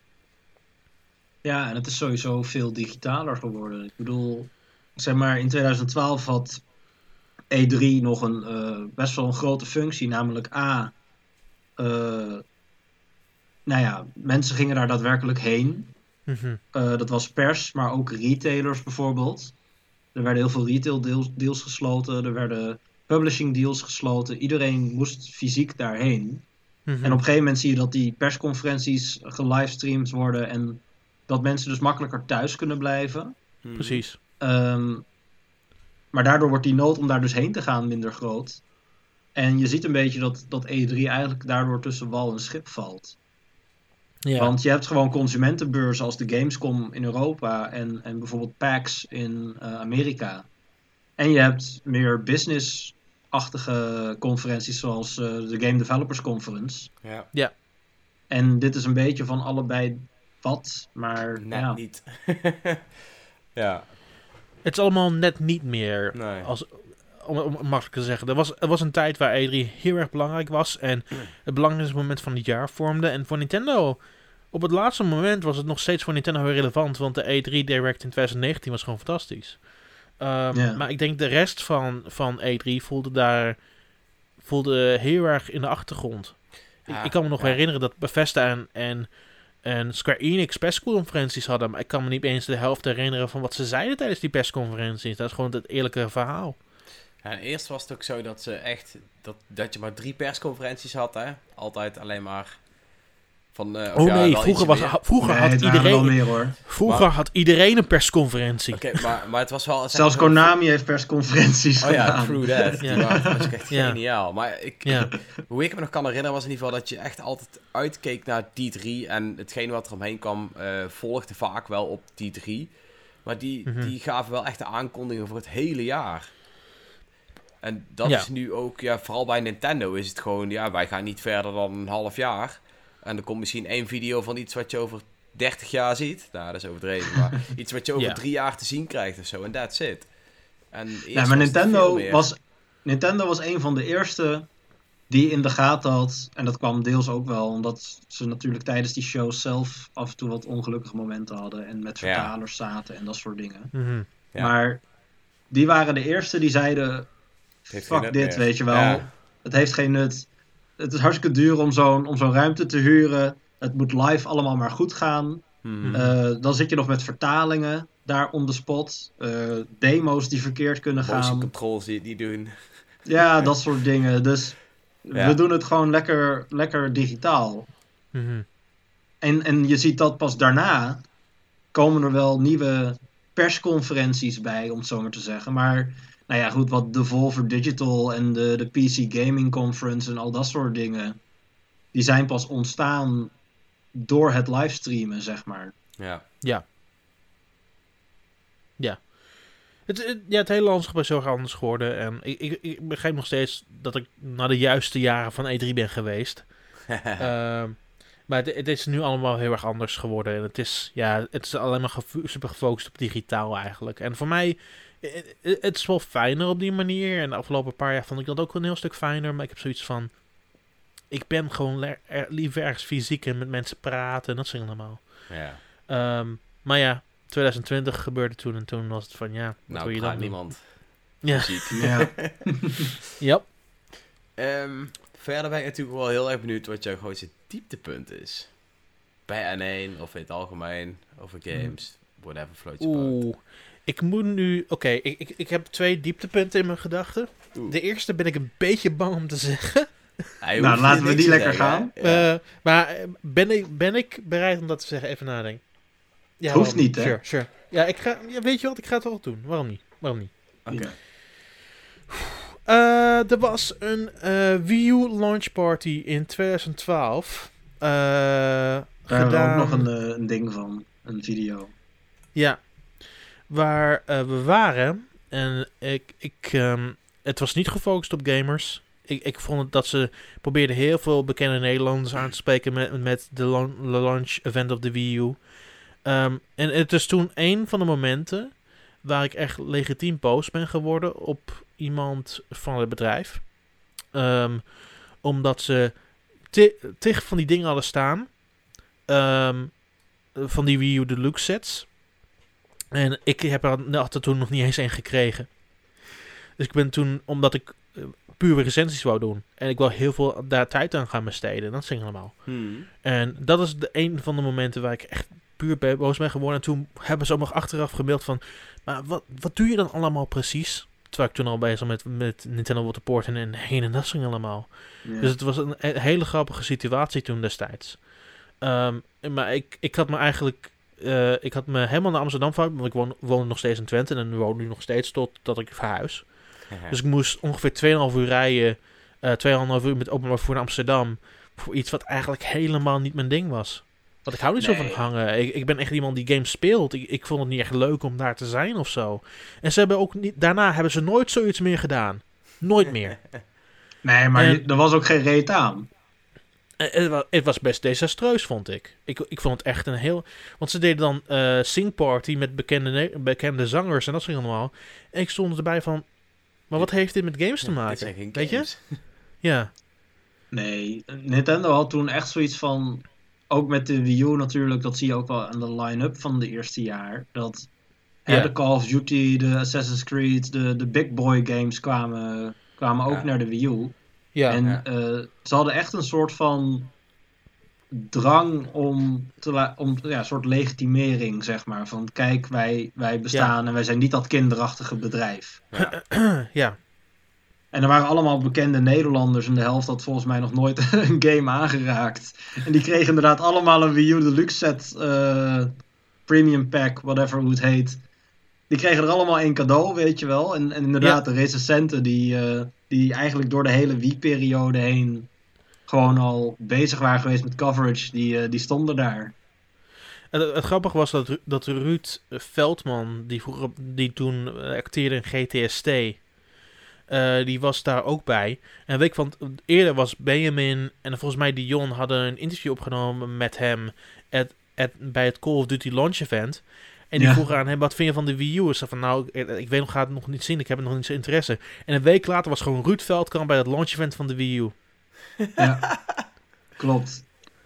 Ja, en het is sowieso veel digitaler geworden. Ik bedoel, zeg maar, in twintig twaalf had E drie nog een eh, best wel een grote functie, namelijk A. eh, nou ja, mensen gingen daar daadwerkelijk heen. Mhm. Eh, dat was pers, maar ook retailers bijvoorbeeld. Er werden heel veel retail deals, deals gesloten, er werden publishing deals gesloten. Iedereen moest fysiek daarheen. Mhm. En op een gegeven moment zie je dat die persconferenties gelivestreamd worden en dat mensen dus makkelijker thuis kunnen blijven. Hmm. Precies. Ehm, maar daardoor wordt die nood om daar dus heen te gaan minder groot. En je ziet een beetje dat, dat E drie eigenlijk daardoor tussen wal en schip valt. Ja. Want je hebt gewoon consumentenbeurzen als de Gamescom in Europa en, en bijvoorbeeld PAX in eh, Amerika. En je hebt meer business-achtige conferenties zoals eh, de Game Developers Conference. Ja, En dit is een beetje van allebei wat, maar net ja. niet. Ja, Het is allemaal net niet meer. nee. Als, om, om het makkelijk te zeggen. Er was, er was een tijd waar E drie heel erg belangrijk was. En het belangrijkste moment van het jaar vormde. En voor Nintendo, op het laatste moment was het nog steeds voor Nintendo heel relevant. Want de E drie Direct in twintig negentien was gewoon fantastisch. Ehm, Ja. Maar ik denk de rest van, van E drie voelde daar voelde heel erg in de achtergrond. Ja, ik, ik kan me nog ja. herinneren dat Bethesda en, en, en Square Enix persconferenties hadden. Maar ik kan me niet eens de helft herinneren van wat ze zeiden tijdens die persconferenties. Dat is gewoon het eerlijke verhaal. Ja, en eerst was het ook zo dat ze echt... Dat, dat je maar drie persconferenties had, hè? Altijd alleen maar... Van, eh, of Oh ja, nee, wel vroeger, ietsje was, meer. ha- vroeger Nee, had het waren wel iedereen... meer hoor. Vroeger Maar- had iedereen een persconferentie. Oké, maar, maar het was wel... zeg Zelfs maar, Konami heeft persconferenties Oh ja, gedaan. true that. Ja. Die waren trouwens echt Ja. geniaal. Maar ik, Ja. hoe ik me nog kan herinneren was in ieder geval dat je echt altijd uitkeek naar D drie. En hetgeen wat er omheen kwam eh, volgde vaak wel op D drie. Maar die, Mhm. die gaven wel echt de aankondigingen voor het hele jaar. En dat Ja. is nu ook, ja, vooral bij Nintendo is het gewoon, ja, wij gaan niet verder dan een half jaar. En er komt misschien één video van iets wat je over dertig jaar ziet. Nou, dat is overdreven, maar iets wat je over Ja. drie jaar te zien krijgt of zo. En that's it. En eerst Ja, was maar het veel Nintendo meer. was, Nintendo was een van de eerste die in de gaten had. En dat kwam deels ook wel omdat ze natuurlijk tijdens die show zelf af en toe wat ongelukkige momenten hadden. En met Ja. vertalers zaten en dat soort dingen. Mhm. Ja. Maar die waren de eerste die zeiden, Het heeft geen fuck nut dit, meer. weet je wel. Ja. Het heeft geen nut. Het is hartstikke duur om zo'n, om zo'n ruimte te huren. Het moet live allemaal maar goed gaan. Mhm. Eh, dan zit je nog met vertalingen daar on the spot. Eh, demo's die verkeerd kunnen Motion gaan. controls die die doen. Ja, dat soort dingen. Dus Ja. we doen het gewoon lekker, lekker digitaal. Mhm. En, en je ziet dat pas daarna komen er wel nieuwe persconferenties bij, om het zo maar te zeggen. Maar nou ja, goed, wat Devolver Digital en de, de P C Gaming Conference en al dat soort dingen, die zijn pas ontstaan door het livestreamen, zeg maar. Ja. Ja. Ja. Het, het, ja, het hele landschap is heel erg anders geworden. En ik, ik, ik begrijp nog steeds dat ik naar de juiste jaren van E drie ben geweest. uh, maar het, het is nu allemaal heel erg anders geworden. En het is, ja, het is alleen maar gefo- super gefocust op digitaal eigenlijk. En voor mij, het, het is wel fijner op die manier. En de afgelopen paar jaar vond ik dat ook wel een heel stuk fijner. Maar ik heb zoiets van, ik ben gewoon le- er, liever ergens fysiek en met mensen praten. En dat soort dingen allemaal. Ja. Um, maar ja, twintig twintig gebeurde toen en toen was het van ja, wat Nou, wil je praat dan doen? niemand. Ja. Ziet. Ja. Yep. Um, verder ben ik natuurlijk wel heel erg benieuwd wat jouw grootste dieptepunt is. Bij N één of in het algemeen, over games, whatever float your boat. Oeh, ik moet nu... Oké, okay, ik, ik, ik heb twee dieptepunten in mijn gedachten. Oeh. De eerste ben ik een beetje bang om te zeggen. Hij Nou, hoeft laten hier we niks die te lekker zeggen, gaan. hè? Ja. Uh, maar ben ik, ben ik bereid om dat te zeggen? Even nadenken. Ja, Hoeft waarom niet, hè? Sure, sure. Ja, ik ga, ja, weet je wat? Ik ga het wel doen. Waarom niet? Waarom niet? Oké. Ja. Uh, er was een uh, Wii U launch party in twintig twaalf. Uh, Daar gedaan... hebben we ook nog een, uh, een ding van. Een video. Ja. Waar uh, we waren. En ik... ik um, het was niet gefocust op gamers. Ik, ik vond het dat ze probeerden heel veel bekende Nederlanders aan te spreken met, met de, lan- de launch event of de Wii U. Um, en het is toen een van de momenten waar ik echt legitiem boos ben geworden op iemand van het bedrijf. Um, omdat ze t- tig van die dingen hadden staan. Um, van die Wii U Deluxe sets. En ik heb er had er toen nog niet eens één gekregen. Dus ik ben toen, omdat ik uh, puur recensies wou doen. En ik wou heel veel daar tijd aan gaan besteden. Dat ging allemaal. Hmm. En dat is de een van de momenten waar ik echt puur boos ben geworden. En toen hebben ze ook nog achteraf gemaild van... Maar wat, wat doe je dan allemaal precies? Terwijl ik toen al bezig met, met Nintendo World Report en, en heen en dat ging allemaal. Ja. Dus het was een, een hele grappige situatie toen destijds. Um, maar ik, ik had me eigenlijk... Uh, ik had me helemaal naar Amsterdam verhuisd. Want ik woon, woon nog steeds in Twente. En woon nu nog steeds totdat ik verhuis. Dus ik moest ongeveer twee komma vijf uur rijden. Uh, twee komma vijf uur met openbaar vervoer naar Amsterdam. Voor iets wat eigenlijk helemaal niet mijn ding was. Want ik hou niet Nee. zo van hangen. Ik, ik ben echt iemand die games speelt. Ik, ik vond het niet echt leuk om daar te zijn of zo. En ze hebben ook niet, daarna hebben ze nooit zoiets meer gedaan. Nooit meer. Nee, maar En- je- er was ook geen reet aan. Eh, Het was, het was best desastreus, vond ik. ik. Ik vond het echt een heel... Want ze deden dan eh Sing Party met bekende, ne- bekende zangers en dat soort dingen allemaal. En ik stond erbij van... Maar wat heeft dit met games te Dit maken? zijn geen Weet je? games. Ja. Nee, Nintendo had toen echt zoiets van... Ook met de Wii U natuurlijk, dat zie je ook wel aan de line-up van de eerste jaar. Dat hè, Ja. de Call of Duty, de Assassin's Creed, de, de big boy games kwamen, kwamen ook Ja. naar de Wii U. Ja. en ja. eh, ze hadden echt een soort van drang om, te la- om ja, een soort legitimering, zeg maar. Van kijk, wij, wij bestaan en wij zijn niet dat kinderachtige bedrijf. Ja. ja. En er waren allemaal bekende Nederlanders en de helft had volgens mij nog nooit een game aangeraakt. En die kregen inderdaad allemaal een Wii U Deluxe set, eh, Premium Pack, whatever hoe het heet. Die kregen er allemaal één cadeau, weet je wel. En, en inderdaad, de recensenten die, eh, die eigenlijk door de hele Wii-periode heen gewoon al bezig waren geweest met coverage, die, eh, die stonden daar. En het, het grappige was dat, Ru- dat Ruud Veldman, die, vroeger, die toen eh, acteerde in G T S T... Uh, die was daar ook bij. En een week van eerder was Benjamin en volgens mij Dion hadden een interview opgenomen met hem at, at, bij het Call of Duty launch event. En die Ja. vroegen aan hem, wat vind je van de Wii U? Ik zei van, nou, ik, ik weet nog, ga het nog niet zien. Ik heb er nog niet zo interesse. En een week later was gewoon Ruud Veldkamp bij het launch event van de Wii U. Ja, klopt.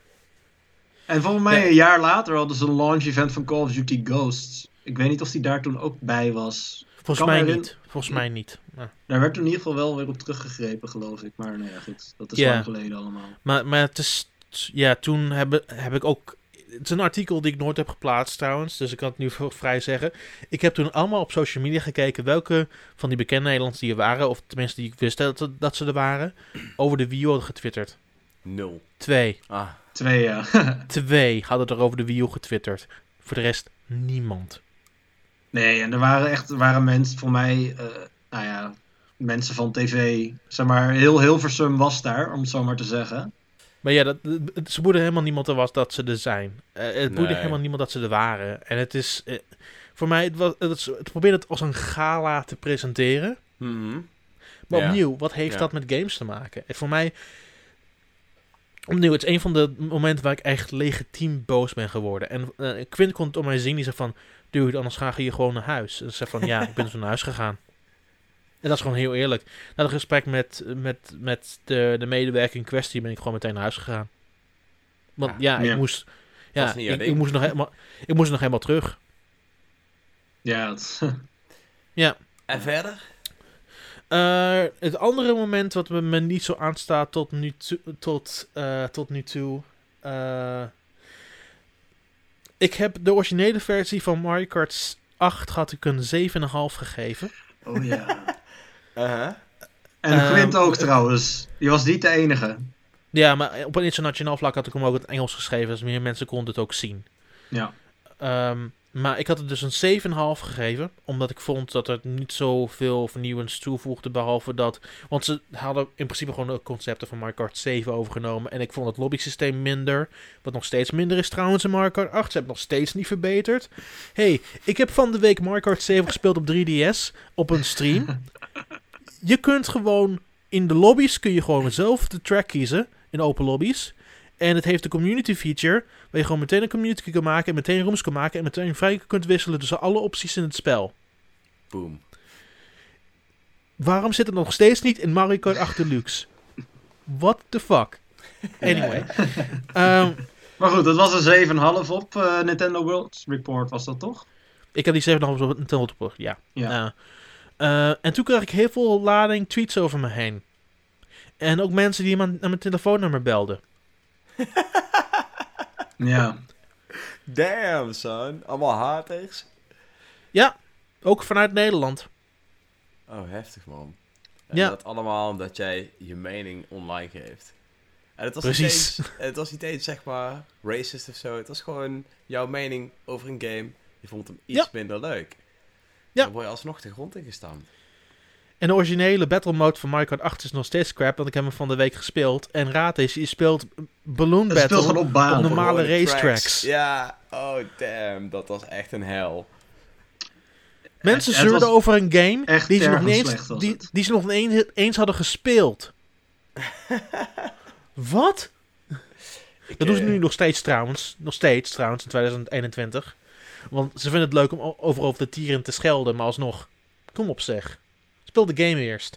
En volgens mij Ja. een jaar later hadden ze een launch event van Call of Duty Ghosts. Ik weet niet of die daar toen ook bij was. Volgens Kan mij me niet. Volgens mij niet. Maar, Daar werd toen in ieder geval wel weer op teruggegrepen, geloof ik. Maar nou ja, goed. Dat is Ja. lang geleden allemaal. maar, maar het is... Ja, toen heb, heb ik ook... Het is een artikel die ik nooit heb geplaatst trouwens. Dus ik kan het nu v- vrij zeggen. Ik heb toen allemaal op social media gekeken welke van die bekende Nederlanders die er waren. Of tenminste die ik wist dat, dat ze er waren. Over de Wii U hadden getwitterd. Nul. Twee. Ah, Twee, ja. Twee hadden er over de Wii U getwitterd. Voor de rest niemand. Nee, en er waren echt er waren mensen, voor mij, uh, nou ja, mensen van tv, zeg maar, heel Hilversum was daar, om het zo maar te zeggen. Maar ja, dat, het, ze boeide helemaal niemand er was dat ze er zijn. Uh, het boeide Nee. helemaal niemand dat ze er waren. En het is, uh, voor mij, het, was, het, het probeerde het als een gala te presenteren. Mm-hmm. Maar Ja. opnieuw, wat heeft Ja. dat met games te maken? En voor mij, opnieuw, het is een van de momenten waar ik echt legitiem boos ben geworden. En uh, Quint kon het om mij zien, die zei van, dude, anders ga je hier gewoon naar huis. En ze zei van, ja, ik ben dus naar huis gegaan. En dat is gewoon heel eerlijk. Na het gesprek met, met, met de, de medewerker in kwestie ben ik gewoon meteen naar huis gegaan. Want ja, Ja. ik Ja. moest... Dat Ja, is niet jouw ik, ik, ding. moest nog helemaal, ik moest nog helemaal terug. Ja, het, Ja. En verder? Uh, het andere moment wat me, me niet zo aanstaat tot nu, to, tot, uh, tot nu toe... Uh, ik heb de originele versie van Mario Kart acht had ik een zeven komma vijf gegeven. oh ja. Uh-huh. En Ehm, Quint ook uh, trouwens. Je was niet de enige. Ja, maar op een internationaal vlak had ik hem ook in het Engels geschreven. Dus meer mensen konden het ook zien. Ja. Um, maar ik had het dus een zeven komma vijf gegeven. Omdat ik vond dat het niet zoveel vernieuwends toevoegde. Behalve dat... Want ze hadden in principe gewoon de concepten van Mario Kart zeven overgenomen. En ik vond het lobby-systeem minder. Wat nog steeds minder is trouwens in Mario Kart acht. Ze hebben het nog steeds niet verbeterd. Hey, ik heb van de week Mario Kart zeven gespeeld op drie D S. Op een stream. Je kunt gewoon... In de lobby's kun je gewoon zelf de track kiezen. In open lobby's. En het heeft de community feature, waar je gewoon meteen een community kan maken en meteen rooms kan maken en meteen vrij kunt wisselen tussen alle opties in het spel. Boom. Waarom zit het nog steeds niet in Mario Kart acht Deluxe? What the fuck? Anyway. um, Maar goed, dat was een zeven komma vijf op uh, Nintendo World Report, was dat toch? ik heb die zeven komma vijf op Nintendo Report, ja. Ja. Uh, uh, en toen kreeg ik heel veel lading tweets over me heen. En ook mensen die me aan mijn telefoonnummer belden. Ja. Damn, son. Allemaal haters. Ja, ook vanuit Nederland. Oh, heftig, man. En Ja. dat allemaal omdat jij je mening online geeft. En het was Precies. niet eens, het was niet eens, zeg maar, racist of zo. Het was gewoon jouw mening over een game. Je vond hem iets Ja. minder leuk. Ja. Dan word je alsnog de grond ingestampt. En de originele battle mode van Mario Kart acht is nog steeds crap, want ik heb hem van de week gespeeld. En raad eens, je speelt Balloon Het speelt Battle gewoon op baan. op normale Gewoon de racetracks. tracks. Ja, oh damn. Dat was echt een hel. Mensen Het- het zeurden was over een game echt die ze nog tergend niet eens, slecht was die, het. die ze nog niet eens, eens hadden gespeeld. Wat? Ik, Dat doen ze eh, nu nog steeds trouwens. Nog steeds trouwens in twintig eenentwintig. Want ze vinden het leuk om o- overal over de tieren te schelden, maar alsnog. Kom op zeg. Speel de game eerst.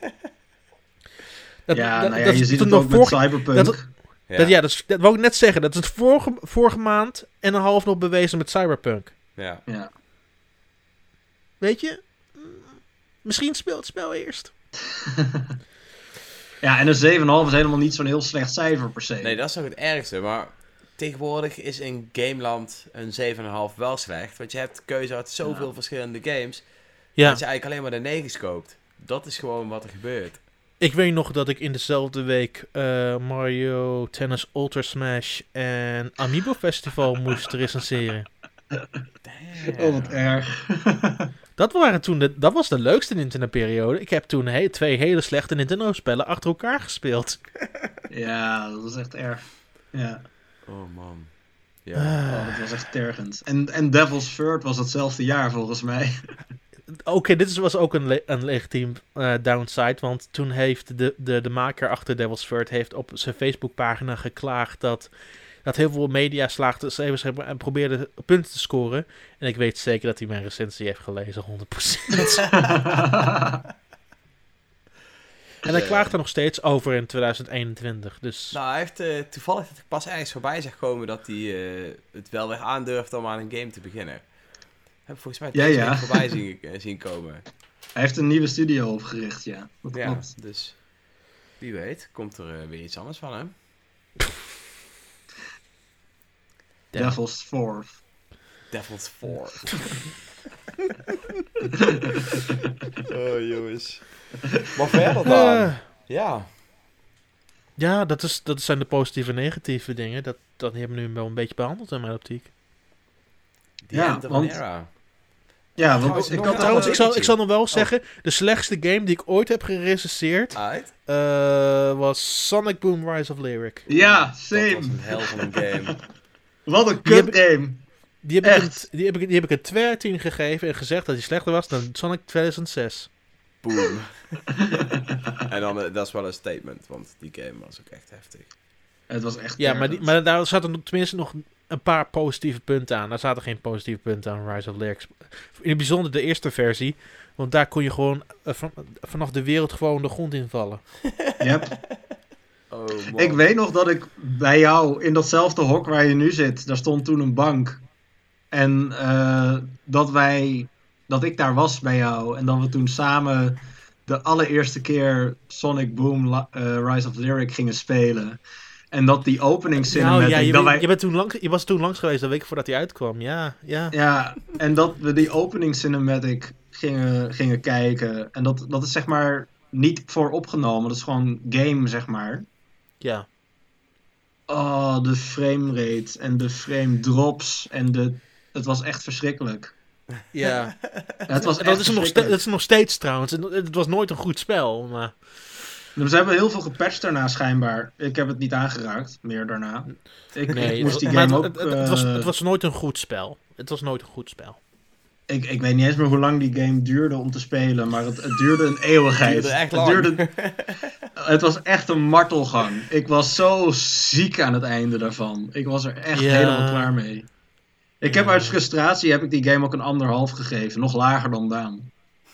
Dat, ja, dat- nou ja, dat je is ziet toen het nog ook met vorige- Cyberpunk. dat- Ja. Dat, ja, dat, is, dat wou ik net zeggen. Dat is het vorige, vorige maand en een half nog bewezen met Cyberpunk. ja. Ja. Weet je? Mm, Misschien speel het spel eerst. Ja, en een zeven komma vijf is helemaal niet zo'n heel slecht cijfer per se. Nee, dat is ook het ergste. Maar tegenwoordig is in Gameland een zeven komma vijf wel slecht. Want je hebt keuze uit zoveel Ja. verschillende games. Ja, Dat je eigenlijk alleen maar de negens koopt. Dat is gewoon wat er gebeurt. ik weet nog dat ik in dezelfde week eh, Mario Tennis Ultra Smash en Amiibo Festival moest recenseren. Damn. Oh, wat erg. Dat, waren toen de, dat was de leukste Nintendo-periode. Ik heb toen he- twee hele slechte Nintendo-spellen achter elkaar gespeeld. Ja, dat was echt erg. Ja, Oh man. Ja. Ah. oh, dat was echt tergend. En, en Devil's Third was hetzelfde jaar volgens mij. Oké, dit is- was ook een, le- een legitiem eh, downside, want toen heeft de, de, de maker achter Devil's Third heeft op zijn Facebookpagina geklaagd dat, dat heel veel media slaagden cijfers hebben en probeerden punten te scoren. En ik weet zeker dat hij mijn recensie heeft gelezen, honderd procent. En hij klaagt er nog steeds over in twintig eenentwintig, dus... Nou, hij heeft eh, toevallig dat ik pas ergens voorbij zag komen dat hij eh, het wel weer aandurft om aan een game te beginnen. Heb ik volgens mij Ja, deze ja. week voorbij zien, eh, zien komen. Hij heeft een nieuwe studio opgericht, ja. Dat Ja, klopt. dus wie weet komt er eh, weer iets anders van hem. Ja. Devil's Fourth. Devil's Four. Oh jongens. Maar verder dan. Eh, Ja. ja, dat, is, dat zijn de positieve en negatieve dingen. Dat, dat hebben we nu wel een beetje behandeld in mijn optiek. The Ja, end of want- an era. Ja, Trouwens, want ik nog had een Trouwens, ik zal, ik zal nog wel Oh. zeggen, de slechtste game die ik ooit heb gerecenseerd Uit. eh, was Sonic Boom Rise of Lyric. Ja, Dat same. was een hel van een game. Wat een Die heb kut game. Die heb, ik een, Echt? die, heb ik, die heb ik een twee uit tien gegeven en gezegd dat hij slechter was dan Sonic tweeduizend zes. Boom. En dan, eh, dat is wel een statement, want die game was ook echt heftig. Het was echt Ja, maar, die, tergend. maar daar zaten tenminste nog een paar positieve punten aan. Daar zaten geen positieve punten aan Rise of Lyric. In het bijzonder de eerste versie. Want daar kon je gewoon uh, van, vanaf de wereld gewoon de grond invallen. Yep. Oh, man. Ik weet nog dat ik bij jou in datzelfde hok waar je nu zit, daar stond toen een bank. En eh, dat wij, dat ik daar was bij jou en dat we toen samen de allereerste keer Sonic Boom La- eh, Rise of Lyric gingen spelen. En dat die opening cinematic, Nou, ja, je, dat bent- wij, je, bent toen langs, je was toen langs geweest, een week voordat hij uitkwam. Ja, ja. ja, en dat we die opening cinematic gingen, gingen kijken. En dat, dat is zeg maar niet voor opgenomen, dat is gewoon game zeg maar. ja. Oh, de framerate en de frame drops en de... Het was echt verschrikkelijk. ja. Het was Dat echt is, er nog ste- verschrikkelijk. dat is er nog steeds trouwens. En Het was nooit een goed spel. Maar... Ze hebben heel veel gepatcht daarna schijnbaar. Ik heb het niet aangeraakt, meer daarna. Ik, Nee, ik moest die maar game het, ook... het, het, was, eh, het was nooit een goed spel. Het was nooit een goed spel. ik, ik weet niet eens meer hoe lang die game duurde om te spelen, maar het, het duurde een eeuwigheid. Het duurde echt Het, lang. duurde- het was echt een martelgang. Ik was zo ziek aan het einde daarvan. Ik was er echt Ja. helemaal klaar mee. Ik heb Ja. uit frustratie heb ik die game ook een anderhalf gegeven. Nog lager dan Daan.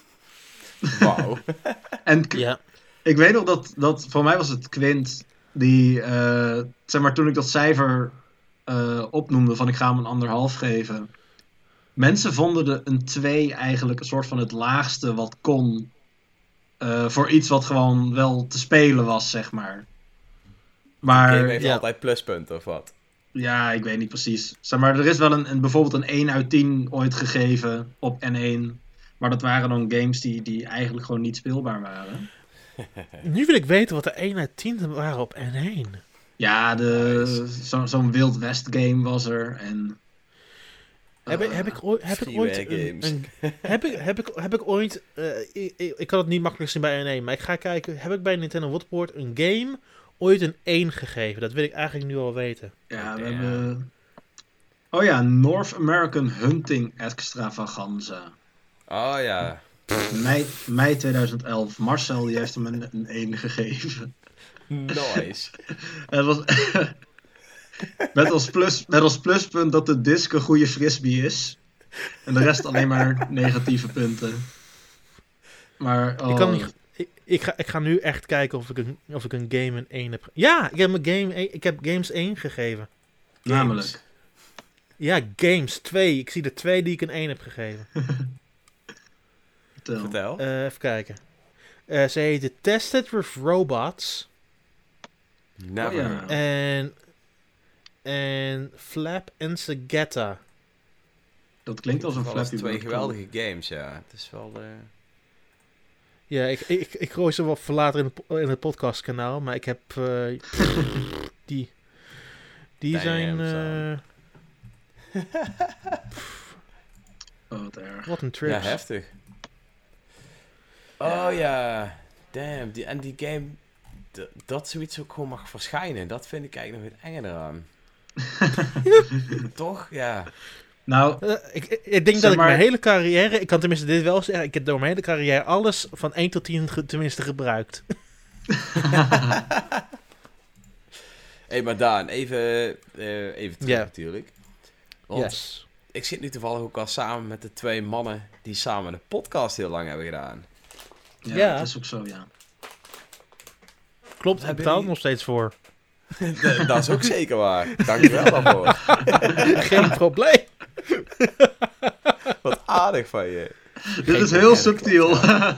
Wauw. En k- Ja. ik weet nog dat, dat, voor mij was het Quint, die, eh, zeg maar, toen ik dat cijfer eh, opnoemde van ik ga hem een anderhalf geven. Mensen vonden de, een twee eigenlijk een soort van het laagste wat kon. eh, voor iets wat gewoon wel te spelen was, zeg maar. De Maar, game heeft ja. altijd pluspunten of wat? ja, ik weet niet precies. Zeg maar, er is wel een, een, bijvoorbeeld een één uit tien ooit gegeven op N één. Maar dat waren dan games die, die eigenlijk gewoon niet speelbaar waren. Nu wil ik weten wat de één uit tien waren op N één. Ja, de, Nice. zo, zo'n Wild West game was er. En, Heb, ik- eh, heb ik ooit... Heb ik ooit Freeware een, games. een- heb, ik, heb, ik, heb ik ooit... eh, ik, ik, ik kan het niet makkelijk zien bij N één, maar ik ga kijken... Heb ik bij Nintendo Waterport een game ooit een één gegeven? Dat wil ik eigenlijk nu al weten. ja, we Ja. hebben... Oh ja, North American Hunting Extravaganza. Oh ja. Mei, mei tweeduizend elf. Marcel die heeft hem een, een één gegeven. Nice. Het was... met, als plus, met als pluspunt dat de disc een goede frisbee is. En de rest alleen maar negatieve punten. Maar... Oh, Ik, kan niet, ik, ik, ga, ik ga nu echt kijken of ik een, of ik een game een één heb... Ja, ik heb, een game, één- ik heb games één gegeven. namelijk... Ja, games twee. Ik zie er twee die ik een één heb gegeven. Vertel. Vertel. Eh, even kijken. Eh, ze heette Tested with Robots. Never. Oh, ja. En... En Flap en Sagetta. Dat klinkt als een Dat was Flappy twee Bird geweldige games, ja. Het is wel... eh, Ja, ik, ik, ik gooi ze wel voor later in het, po- in het podcastkanaal, maar ik heb eh, die. Die Damn, zijn. son. eh, Oh, wat erg. wat een trip. Ja, heftig. Oh ja. Damn. Die, en die game... d- dat zoiets ook gewoon mag verschijnen. Dat vind ik eigenlijk nog het enge eraan. Toch? Ja. Nou, Eh, ik, ik, ik denk Zeg dat ik maar- mijn hele carrière, ik kan tenminste dit wel zeggen, ik heb door mijn hele carrière alles van één tot tien ge- tenminste gebruikt. Hé, maar Daan, even, eh, even terug Ja. natuurlijk. Want Yes. ik zit nu toevallig ook al samen met de twee mannen die samen de podcast heel lang hebben gedaan. ja, Ja. dat is ook zo, ja. Klopt, ik Hebben betaal er jullie- nog steeds voor. D- dat is ook zeker waar. Dankjewel daarvoor. Geen probleem. Wat aardig van je. Dit is probleem, heel dat subtiel.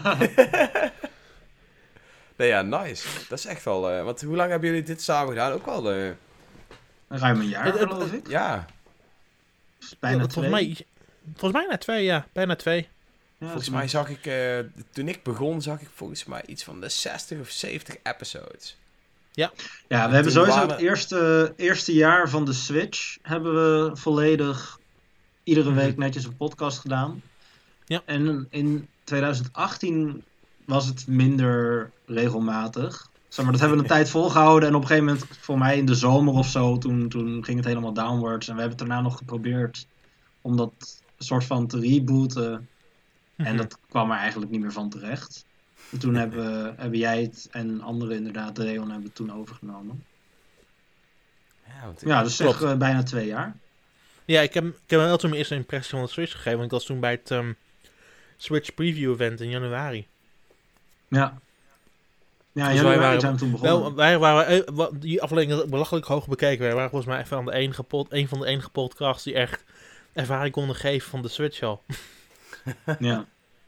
Nee, ja, nice. Dat is echt wel... eh, want hoe lang hebben jullie dit samen gedaan? Ook wel... eh, Ruim een jaar, Het- het- geloof ik. ja, Bijna volgens, twee. mij, volgens mij na twee, ja. Bijna twee. Ja, volgens zo- mij zag ik... eh, toen ik begon, zag ik volgens mij iets van de zestig of zeventig episodes. Ja, we hebben toen sowieso waren- het eerste, eerste jaar van de Switch hebben we volledig iedere Mhm. week netjes een podcast gedaan. Ja. En in twintig achttien was het minder regelmatig. Zeg maar, dat hebben we een tijd volgehouden. En op een gegeven moment, voor mij in de zomer of zo, toen, toen ging het helemaal downwards. En we hebben het daarna nog geprobeerd om dat soort van te rebooten. Mhm. En dat kwam er eigenlijk niet meer van terecht. En toen hebben, hebben jij het en anderen inderdaad, Reon, hebben het toen overgenomen. Ja, want Ja, dus zeg Klopt. uh, bijna twee jaar. Ja, ik heb, ik heb wel toen mijn eerste impressie van de Switch gegeven. Want ik was toen bij het um, Switch Preview Event in januari. Ja. Ja, Dus in wij januari waren- zijn we toen begonnen. Wel, wij waren, eh, wa- die aflevering belachelijk hoog bekeken. Wij waren volgens mij even aan de enige pod, een van de enige podcasts die echt ervaring konden geven van de Switch al. Ja.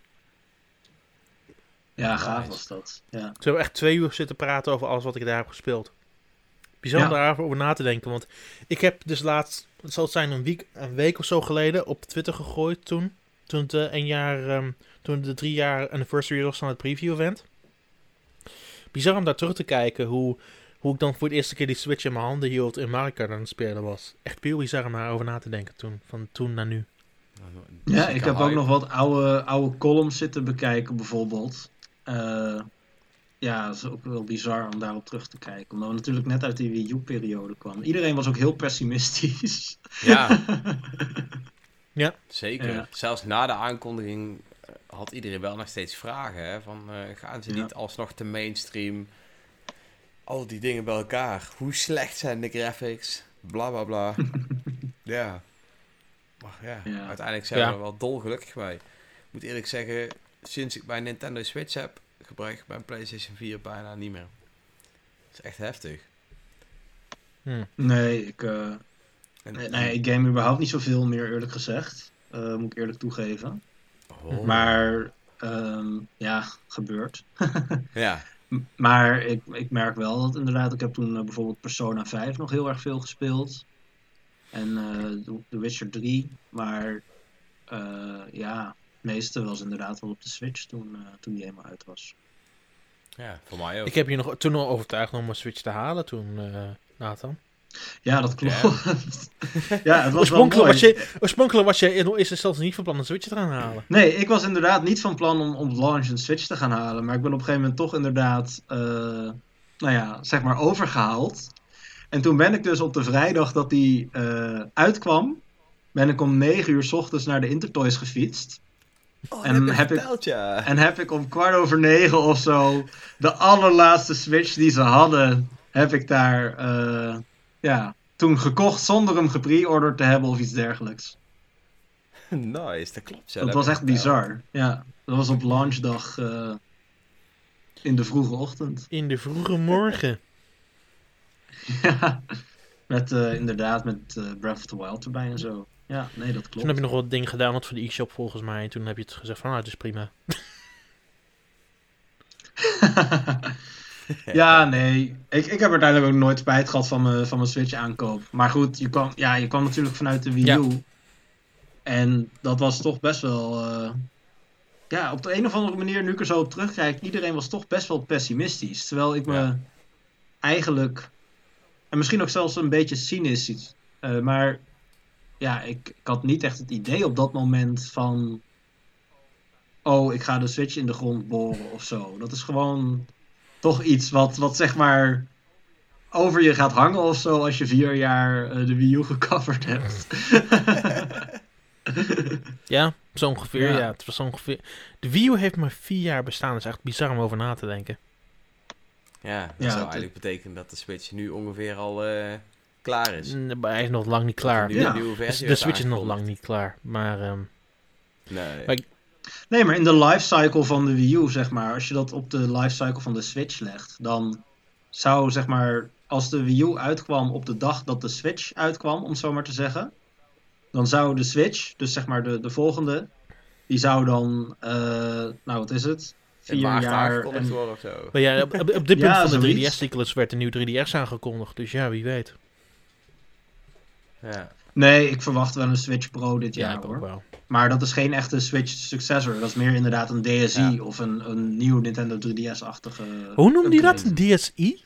Ja, gaaf Nice. was dat. Ja. Ze hebben echt twee uur zitten praten over alles wat ik daar heb gespeeld. Bizar Ja. om daarover na te denken. Want ik heb dus laatst, het zal het zijn een week, een week of zo geleden, op Twitter gegooid toen. Toen het uh, een jaar, um, toen de drie jaar anniversary was van het preview event. Bizar om daar terug te kijken hoe, hoe ik dan voor de eerste keer die Switch in mijn handen hield en Mario Kart aan het spelen was. Echt heel bizar om daarover na te denken toen, van toen naar nu. Ja, ik heb ook nog wat oude, oude columns zitten bekijken bijvoorbeeld. Uh, ja, dat is ook wel bizar om daarop terug te kijken. Omdat we natuurlijk net uit die Wii U-periode kwamen. Iedereen was ook heel pessimistisch. Ja, Ja. zeker. Ja. Zelfs na de aankondiging eh, had iedereen wel nog steeds vragen. Hè? Van, eh, gaan ze Ja. niet alsnog te mainstream? Al die dingen bij elkaar. Hoe slecht zijn de graphics? Bla bla bla. Ja. Maar ja, Ja. uiteindelijk zijn Ja. we er wel dolgelukkig bij. Ik moet eerlijk zeggen, sinds ik mijn Nintendo Switch heb, gebruik ik mijn PlayStation vier bijna niet meer. Dat is echt heftig. Hm. Nee, ik, uh, En, nee, nee, ik game überhaupt niet zoveel meer, eerlijk gezegd. Uh, moet ik eerlijk toegeven. Oh. Maar, um, ja, gebeurt. Ja. M- Maar ik, ik merk wel dat inderdaad, ik heb toen uh, bijvoorbeeld Persona vijf nog heel erg veel gespeeld. En uh, The Witcher drie. Maar uh, ja, het meeste was inderdaad wel op de Switch toen, uh, toen die helemaal uit was. Ja, voor mij ook. Ik heb je nog, toen nog overtuigd om een Switch te halen toen, uh, Nathan. Ja, dat klopt. Ja. Ja, het was wel Oorspronkelijk mooi. was, je, oorspronkelijk was je is er zelfs niet van plan een Switch te gaan halen. Nee, ik was inderdaad niet van plan om op launch een Switch te gaan halen. Maar ik ben op een gegeven moment toch inderdaad, uh, nou ja, zeg maar overgehaald. En toen ben ik dus op de vrijdag dat die uh, uitkwam, ben ik om negen uur 's ochtends naar de Intertoys gefietst. Oh, en dat heb, heb je ik- verteld, ja. En heb ik om kwart over negen of zo de allerlaatste Switch die ze hadden, heb ik daar, uh, ja, toen gekocht zonder hem gepre-orderd te hebben of iets dergelijks. Nice, dat klopt. Ja, dat heb was je echt verteld. bizar. Ja, dat was op launchdag uh, in de vroege ochtend. In de vroege morgen. Ja, met uh, inderdaad met uh, Breath of the Wild erbij en zo. Ja, nee, dat Toen klopt. heb je nog wat dingen gedaan wat voor de e-shop volgens mij. En toen heb je het gezegd van, nou, het is prima. Ja, nee. Ik, ik heb uiteindelijk ook nooit spijt gehad van mijn, van mijn Switch aankoop. Maar goed, je kwam, ja, je kwam natuurlijk vanuit de Wii U. Ja. En dat was toch best wel... Uh, ja, op de een of andere manier, nu ik er zo op terugkijk, iedereen was toch best wel pessimistisch. Terwijl ik me Ja. eigenlijk... En misschien ook zelfs een beetje cynisch. Uh, maar ja, ik, ik had niet echt het idee op dat moment van... Oh, ik ga de Switch in de grond boren of zo. Dat is gewoon toch iets wat, wat zeg maar over je gaat hangen of zo als je vier jaar uh, de Wii U gecoverd hebt. Ja, zo ongeveer. Ja. Ja. het was zo ongeveer. De Wii U heeft maar vier jaar bestaan. Dat is echt bizar om over na te denken. Ja, dat Ja, zou het- eigenlijk betekenen dat de Switch nu ongeveer al eh, klaar is. Mm, Maar hij is nog lang niet klaar. Nu Ja. een nieuwe Dus versie de werd Switch is nog aangekondigd. lang niet klaar. Maar ehm, Nee. Maar- Nee, maar in de lifecycle van de Wii U, zeg maar, als je dat op de lifecycle van de Switch legt, dan zou, zeg maar, als de Wii U uitkwam op de dag dat de Switch uitkwam, om het zo maar te zeggen, dan zou de Switch, dus zeg maar de, de volgende, die zou dan, uh, nou wat is het, In vier maart jaar aangekondigd en... worden of zo. maar ja, op, op, op dit Ja, punt van de zoiets. drie D S-cyclus werd een nieuw drie D S aangekondigd. Dus ja, wie weet. Ja. Nee, ik verwacht wel een Switch Pro dit Ja, jaar ik ook hoor. wel. Maar dat is geen echte Switch successor. Dat is meer inderdaad een D S I Ja. of een, een nieuw Nintendo drie D S-achtige... Hoe noemde je dat? upgrade. D S I?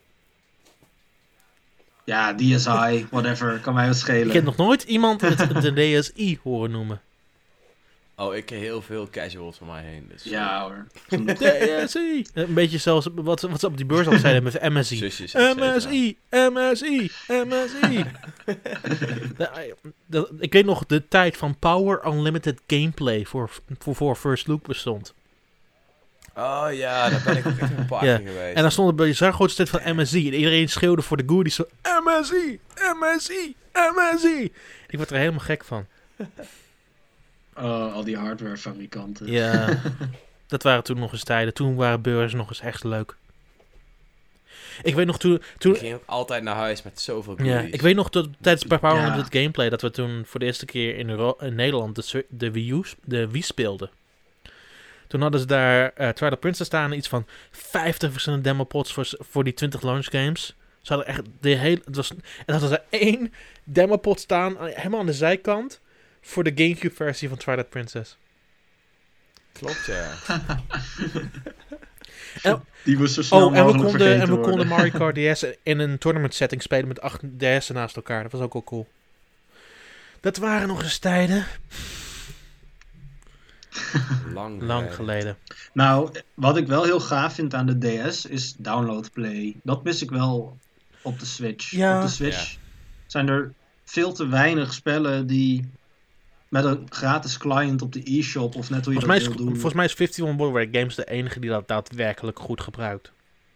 Ja, D S I, whatever. Kan mij wat schelen. Ik heb nog nooit iemand het de D S I horen noemen. Oh, ik ken heel veel casuals van mij heen. Dus Ja hoor. D S I. Een beetje zoals wat, wat ze op die beurs al zeiden met M S I. zusjes. et cetera. M S I, M S I, M S I. Nou, dat- Ik weet nog de tijd van Power Unlimited Gameplay voor, voor, voor First Look bestond. Oh ja, daar ben ik ook echt een paar Ja. keer geweest. En dan stond er bij zo'n grote stand van M S I. En iedereen schreeuwde voor de goodies zo... M S I, M S I, M S I. Ik word er helemaal gek van. Oh, al die hardwarefabrikanten. Ja, dat waren toen nog eens tijden. Toen waren beurzen nog eens echt leuk. Ik weet nog toen... toen Ik ging ook altijd naar huis met zoveel ja, goodies. ik weet nog dat tijdens bij Power Ja. Unlimited Gameplay... dat we toen voor de eerste keer in, Euro- in Nederland de, Swi- de, Wii U, sp- de Wii speelden. Toen hadden ze daar uh, Twilight Princess staan... iets van vijftig verschillende demopods voor, voor die twintig launch games. Ze hadden echt de hele... Het was, en dan hadden ze één demopod staan... helemaal aan de zijkant... voor de Gamecube versie van Twilight Princess. Klopt, ja. Die moest zo snel Oh, en we mogelijk konden, vergeten en we worden. konden Mario Kart D S in een tournament setting spelen met acht D S'en naast elkaar. Dat was ook wel cool. Dat waren nog eens tijden. Lang, Lang geleden. Nou, wat ik wel heel gaaf vind aan de D S is download play. Dat mis ik wel op de Switch. Ja. Op de Switch zijn er veel te weinig spellen die met een gratis client op de e-shop of net hoe je Volgens mij, is, dat wil doen. volgens mij is fifty-one Boardwalk Games de enige die dat daadwerkelijk goed gebruikt.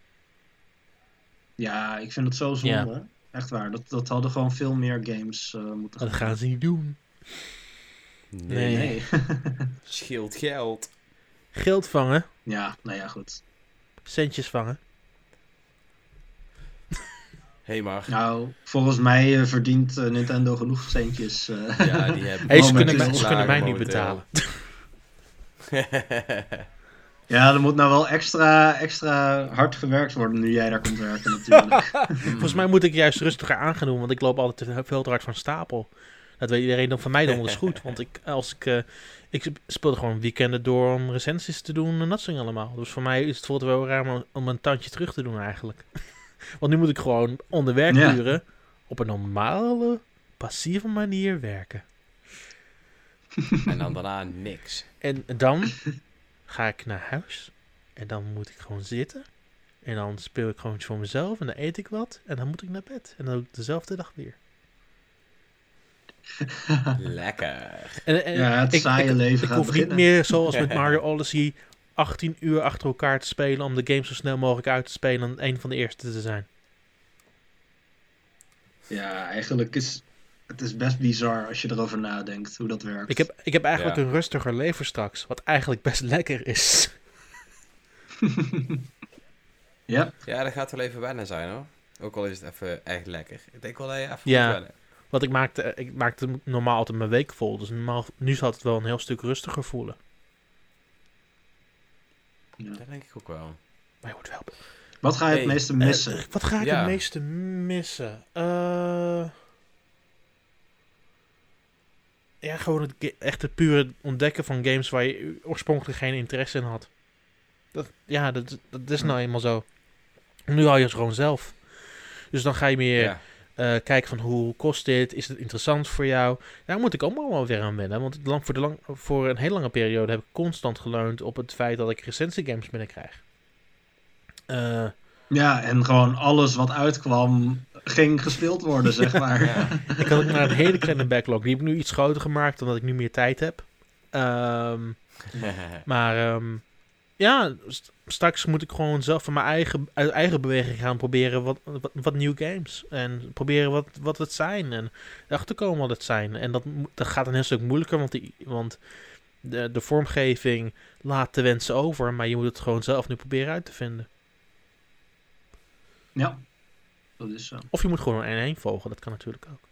Ja, ik vind het zo zonde. Echt waar. Dat, dat hadden gewoon veel meer games uh, moeten Dat gaan ze niet doen. Nee. Nee. Nee. Scheelt geld. Geld vangen, Ja, nou ja, goed. centjes vangen. Hé, hey, maar. Nou, volgens mij uh, verdient uh, Nintendo genoeg centjes. Uh, Ja, die hebben... Hey, ze Momenteel kunnen, mij- ze slagen kunnen mij niet momenteel. betalen. ja, er moet nou wel extra, extra hard gewerkt worden nu jij daar komt werken natuurlijk. Volgens mij moet ik juist rustiger aan gaan doen, want ik loop altijd te veel te hard van stapel. Dat weet iedereen dan van mij dan wel eens goed. Want ik, als ik, uh, ik speelde gewoon weekenden door om recensies te doen en dat soort dingen allemaal. Dus voor mij is het voelt wel raar om, om een tandje terug te doen eigenlijk. Want nu moet ik gewoon onder werkuren ja. op een normale, passieve manier werken. En dan daarna niks. En dan ga ik naar huis. En dan moet ik gewoon zitten. En dan speel ik gewoon iets voor mezelf. En dan eet ik wat. En dan moet ik naar bed. En dan doe ik dezelfde dag weer. Lekker. En, en ja, het ik, saaie ik, leven ik gaat hoef beginnen. niet meer zoals met Mario Odyssey achttien uur achter elkaar te spelen om de game zo snel mogelijk uit te spelen en een van de eerste te zijn. Ja, eigenlijk is het is best bizar als je erover nadenkt hoe dat werkt. Ik heb, ik heb eigenlijk Ja. een rustiger leven straks, wat eigenlijk best lekker is. ja, Ja, dat gaat wel even wennen zijn hoor. Ook al is het even echt lekker. Ik denk wel dat je even Ja. moet wennen. Want ik maakte, ik maakte normaal altijd mijn week vol, dus normaal, nu zal het wel een heel stuk rustiger voelen. ja. Dat denk ik ook wel. Maar je moet wel... Wat ga je Hey, het meeste missen? Eh, wat ga ik Ja. het meeste missen? Eh Ja, gewoon het ge- echt het pure ontdekken van games waar je oorspronkelijk geen interesse in had. Dat, ja, dat, dat is nou eenmaal zo. Nu hou je het gewoon zelf. Dus dan ga je meer Ja. eh, kijken van hoe kost dit? Is het interessant voor jou? Daar moet ik ook wel weer aan wennen. Want lang, voor, de lang, voor een hele lange periode heb ik constant geleund op het feit dat ik recensiegames binnenkrijg. Eh Ja, en gewoon alles wat uitkwam ging gespeeld worden, zeg maar. Ja. Ik had ook maar een hele kleine backlog. Die heb ik nu iets groter gemaakt, omdat ik nu meer tijd heb. Ehm, maar ehm, ja, st- straks moet ik gewoon zelf van mijn eigen, uit eigen beweging gaan proberen wat, wat, wat nieuwe games. En proberen wat, wat het zijn. En erachter komen wat het zijn. En dat, mo- dat gaat een heel stuk moeilijker, want, die, want de, de vormgeving laat de wensen over. Maar je moet het gewoon zelf nu proberen uit te vinden. Ja, dat is zo. Of je moet gewoon een één één volgen, dat kan natuurlijk ook.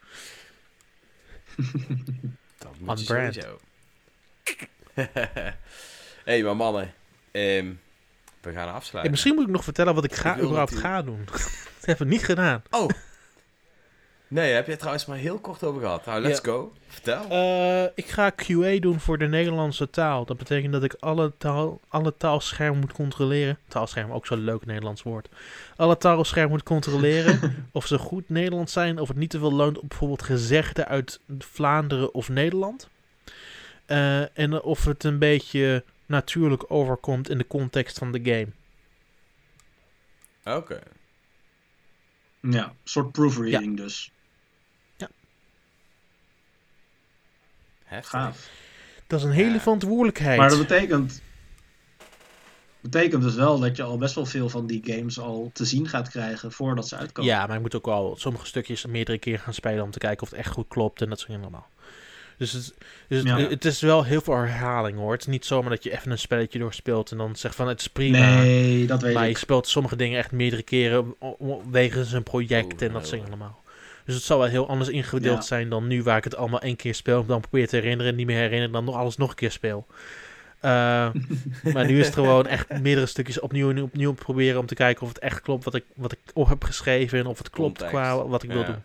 Dat On moet je brand. sowieso. Hé, maar mannen. ehm, we gaan Hey, afsluiten. misschien moet ik nog vertellen wat ik ga, Ik wil überhaupt natuurlijk- ga doen. Dat hebben we niet gedaan. Oh. Nee, daar heb je het trouwens maar heel kort over gehad. Nou, let's Ja. go. Vertel. Eh, ik ga Q A doen voor de Nederlandse taal. Dat betekent dat ik alle, taal, alle taalschermen moet controleren. Taalscherm, ook zo'n leuk Nederlands woord. Alle taalschermen moet controleren of ze goed Nederlands zijn. Of het niet te veel leunt op bijvoorbeeld gezegden uit Vlaanderen of Nederland. Uh, en of het een beetje natuurlijk overkomt in de context van de game. Oké. Okay. Ja, een soort proofreading ja. dus. Ja. Heftig. Gaaf. Dat is een hele ja. verantwoordelijkheid. Maar dat betekent... betekent dus wel dat je al best wel veel van die games al te zien gaat krijgen voordat ze uitkomen. Ja, maar je moet ook al sommige stukjes meerdere keer gaan spelen om te kijken of het echt goed klopt en dat soort dingen allemaal. Dus, het, dus ja. het, het is wel heel veel herhaling hoor. Het is niet zomaar dat je even een spelletje doorspeelt en dan zegt van het is prima. Nee, dat weet maar ik. Maar je speelt sommige dingen echt meerdere keren wegens een project Oeh, en dat nou, soort dingen allemaal. Dus het zal wel heel anders ingedeeld ja. zijn dan nu waar ik het allemaal één keer speel. Dan probeer te herinneren en niet meer herinneren dan nog alles nog een keer speel. Uh, maar nu is het gewoon echt meerdere stukjes opnieuw en opnieuw proberen om te kijken of het echt klopt wat ik, wat ik op heb geschreven en of het klopt Context. Qua wat ik ja. wil doen.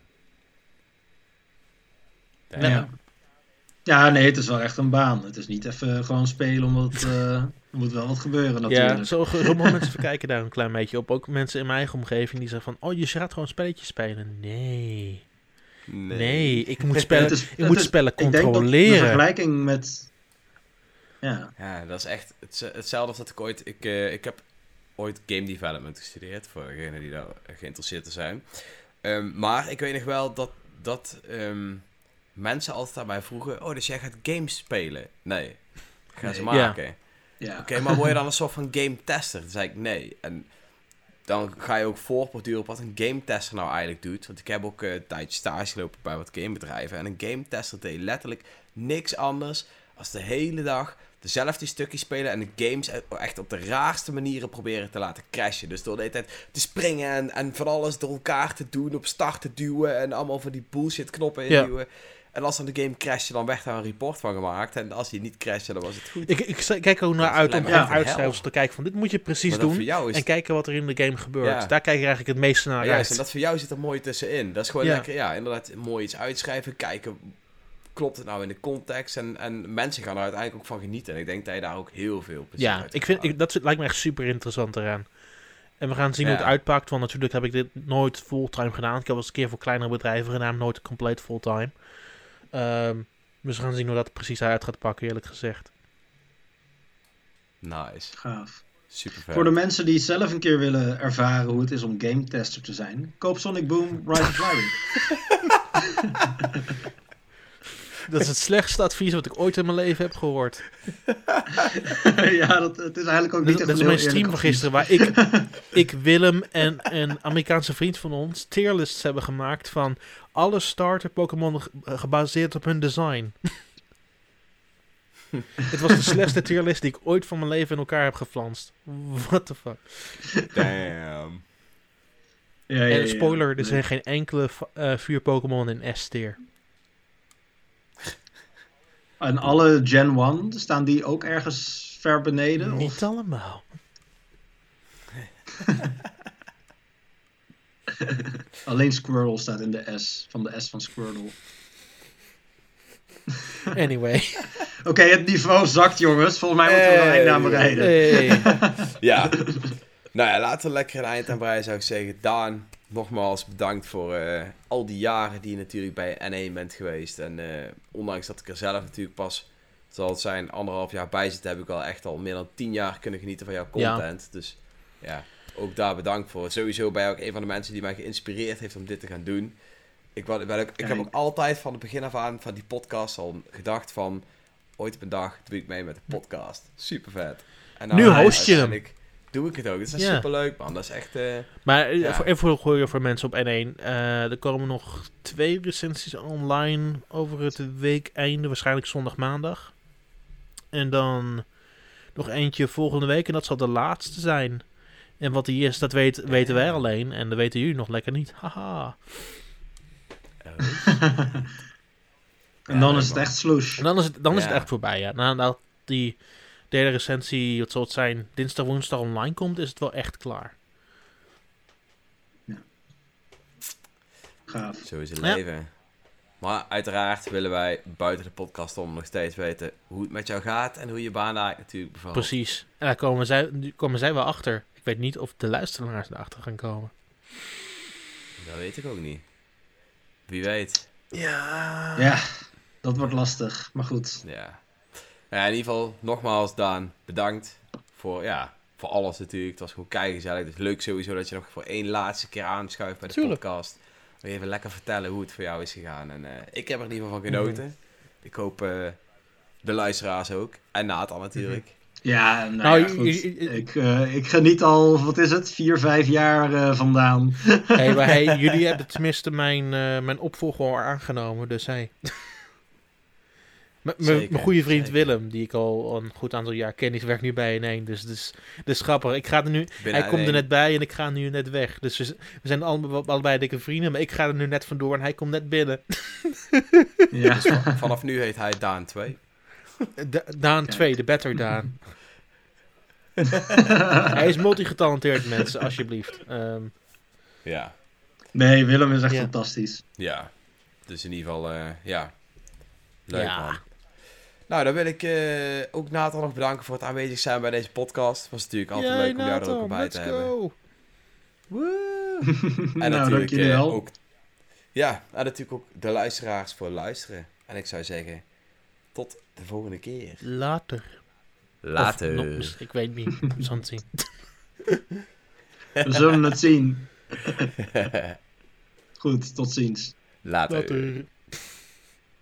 Ja. Ja. ja, nee, het is wel echt een baan. Het is niet even gewoon spelen omdat uh, er moet wel wat gebeuren natuurlijk. Ja, zo, sommige mensen verkijken daar een klein beetje op. Ook mensen in mijn eigen omgeving die zeggen van, oh, je gaat gewoon spelletjes spelen. Nee. Nee, nee ik moet spellen, is, ik moet is, spellen controleren. Ik denk dat de vergelijking met... Ja. ja, dat is echt het, hetzelfde als dat ik ooit... Ik, uh, ik heb ooit game development gestudeerd, voor degenen die daar geïnteresseerd zijn. Um, maar ik weet nog wel dat, dat um, mensen altijd aan mij vroegen... Oh, dus jij gaat games spelen? Nee, ik ga nee. ze maken. Ja. Ja. Oké, okay, maar word je dan een soort van game tester? Dan zei ik nee. En dan ga je ook voorborduren op wat een game tester nou eigenlijk doet. Want ik heb ook uh, een tijdje stage gelopen bij wat gamebedrijven. En een game tester deed letterlijk niks anders... als de hele dag dezelfde stukjes spelen en de games echt op de raarste manieren proberen te laten crashen. Dus door de hele tijd te springen en, en van alles door elkaar te doen, op start te duwen en allemaal van die bullshit knoppen induwen. Ja. En als dan de game crashte, dan werd daar een report van gemaakt. En als die niet crashte, dan was het goed. Ik, ik kijk ook naar uit om ja, uitschrijvers te kijken van dit moet je precies doen. Is... En kijken wat er in de game gebeurt. Ja. Daar kijk je eigenlijk het meeste naar ja, uit. En dat voor jou zit er mooi tussenin. Dat is gewoon ja. lekker, ja, inderdaad mooi iets uitschrijven, kijken... Klopt het nou in de context? En, en mensen gaan er uiteindelijk ook van genieten. En ik denk dat je daar ook heel veel plezier ja, uit ik vind, ik, dat lijkt me echt super interessant eraan. En we gaan zien ja. hoe het uitpakt. Want natuurlijk heb ik dit nooit fulltime gedaan. Ik heb wel eens een keer voor kleinere bedrijven gedaan. Nooit compleet fulltime. Um, dus we gaan zien hoe dat precies uit gaat pakken, eerlijk gezegd. Nice. Gaaf. Super vet. Voor de mensen die zelf een keer willen ervaren hoe het is om game tester te zijn. Koop Sonic Boom Rise of Flying. Dat is het slechtste advies wat ik ooit in mijn leven heb gehoord. Ja, dat, het is eigenlijk ook niet dat, echt dat is mijn stream van gisteren, waar ik, ik Willem en een Amerikaanse vriend van ons tierlists hebben gemaakt van alle starter Pokémon gebaseerd op hun design. Het was de slechtste tierlist die ik ooit van mijn leven in elkaar heb geflanst. What the fuck. Damn. Ja, ja, en spoiler, ja, er zijn nee. geen enkele uh, vuur Pokémon in S-tier. En alle Gen één, staan die ook ergens ver beneden? Niet of? allemaal. Alleen Squirtle staat in de S, van de S van Squirtle. Anyway. Oké, okay, het niveau zakt, jongens. Volgens mij moeten we er een eind aan bereiden. Hey. Ja. Nou ja, laten we lekker een eind aan breien, zou ik zeggen. Daan, nogmaals bedankt voor uh, al die jaren die je natuurlijk bij N één bent geweest. En uh, ondanks dat ik er zelf natuurlijk pas, zal het zijn, anderhalf jaar bij zit, heb ik al echt al meer dan tien jaar kunnen genieten van jouw content. Ja. Dus ja, ook daar bedankt voor. Sowieso ben je ook een van de mensen die mij geïnspireerd heeft om dit te gaan doen. Ik, ben ook, ik heb ook altijd van het begin af aan van die podcast al gedacht van, ooit op een dag doe ik mee met een podcast. Super vet. En nou, nu host je hem. Doe ik het ook. Dat is ja. super leuk, man. Dat is echt... Uh, maar ja. voor, even voor, voor mensen op N één. Uh, er komen nog twee recensies online over het weekeinde. Waarschijnlijk zondag, maandag. En dan nog eentje volgende week. En dat zal de laatste zijn. En wat die is, dat weet, weten wij alleen. En dat weten jullie nog lekker niet. Haha. Oh. En dan ja, is het echt sloes. En dan is het, dan ja. is het echt voorbij, ja. Nadat die derde recensie, wat zal het zijn, dinsdag, woensdag online komt, is het wel echt klaar. Ja. Gaaf. Zo is het ja. leven. Maar uiteraard willen wij buiten de podcast om nog steeds weten hoe het met jou gaat en hoe je baan daar natuurlijk bevalt. Precies. En daar komen zij, komen zij wel achter. Ik weet niet of de luisteraars erachter gaan komen. Dat weet ik ook niet. Wie weet. Ja. Ja, dat wordt lastig. Maar goed. Ja. Ja, in ieder geval, nogmaals Daan, bedankt voor, ja, voor alles natuurlijk. Het was gewoon keigezellig. Het is leuk sowieso dat je nog voor één laatste keer aanschuift bij de Tuurlijk. podcast. Wil je even lekker vertellen hoe het voor jou is gegaan. En uh, ik heb er in ieder geval van genoten. Mm-hmm. Ik hoop uh, de luisteraars ook. En Nathan natuurlijk. Mm-hmm. Ja, nou, nou ja, goed. Je, je, ik, uh, ik geniet al, wat is het, vier, vijf jaar uh, vandaan. Hey, maar hey, jullie hebben tenminste mijn, uh, mijn opvolger al aangenomen, dus hey. Mijn goede vriend zeker. Willem, die ik al een goed aantal jaar ken, die werkt nu bij N één. Dus, dus, dus grappig. Ik ga er nu, hij komt N één. Er net bij en ik ga nu net weg. Dus we, we zijn allebei, allebei dikke vrienden, maar ik ga er nu net vandoor en hij komt net binnen. Ja. Dus van, vanaf nu heet hij Daan twee. Da- Daan twee, de better Daan. Hij is multigetalenteerd, mensen, alsjeblieft. Um, ja. Nee, Willem is echt ja. fantastisch. Ja, dus in ieder geval, uh, ja, leuk ja. man. Nou, dan wil ik uh, ook Nathan nog bedanken voor het aanwezig zijn bij deze podcast. Het was natuurlijk altijd Yay, leuk om Nathan, jou er ook bij te go. hebben. En nou, natuurlijk uh, ook, ja, en natuurlijk ook de luisteraars voor luisteren. En ik zou zeggen, tot de volgende keer. Later. Later. Of, no, ik weet niet, we zullen het zien. We zullen het zien. Goed, tot ziens. Later. Later.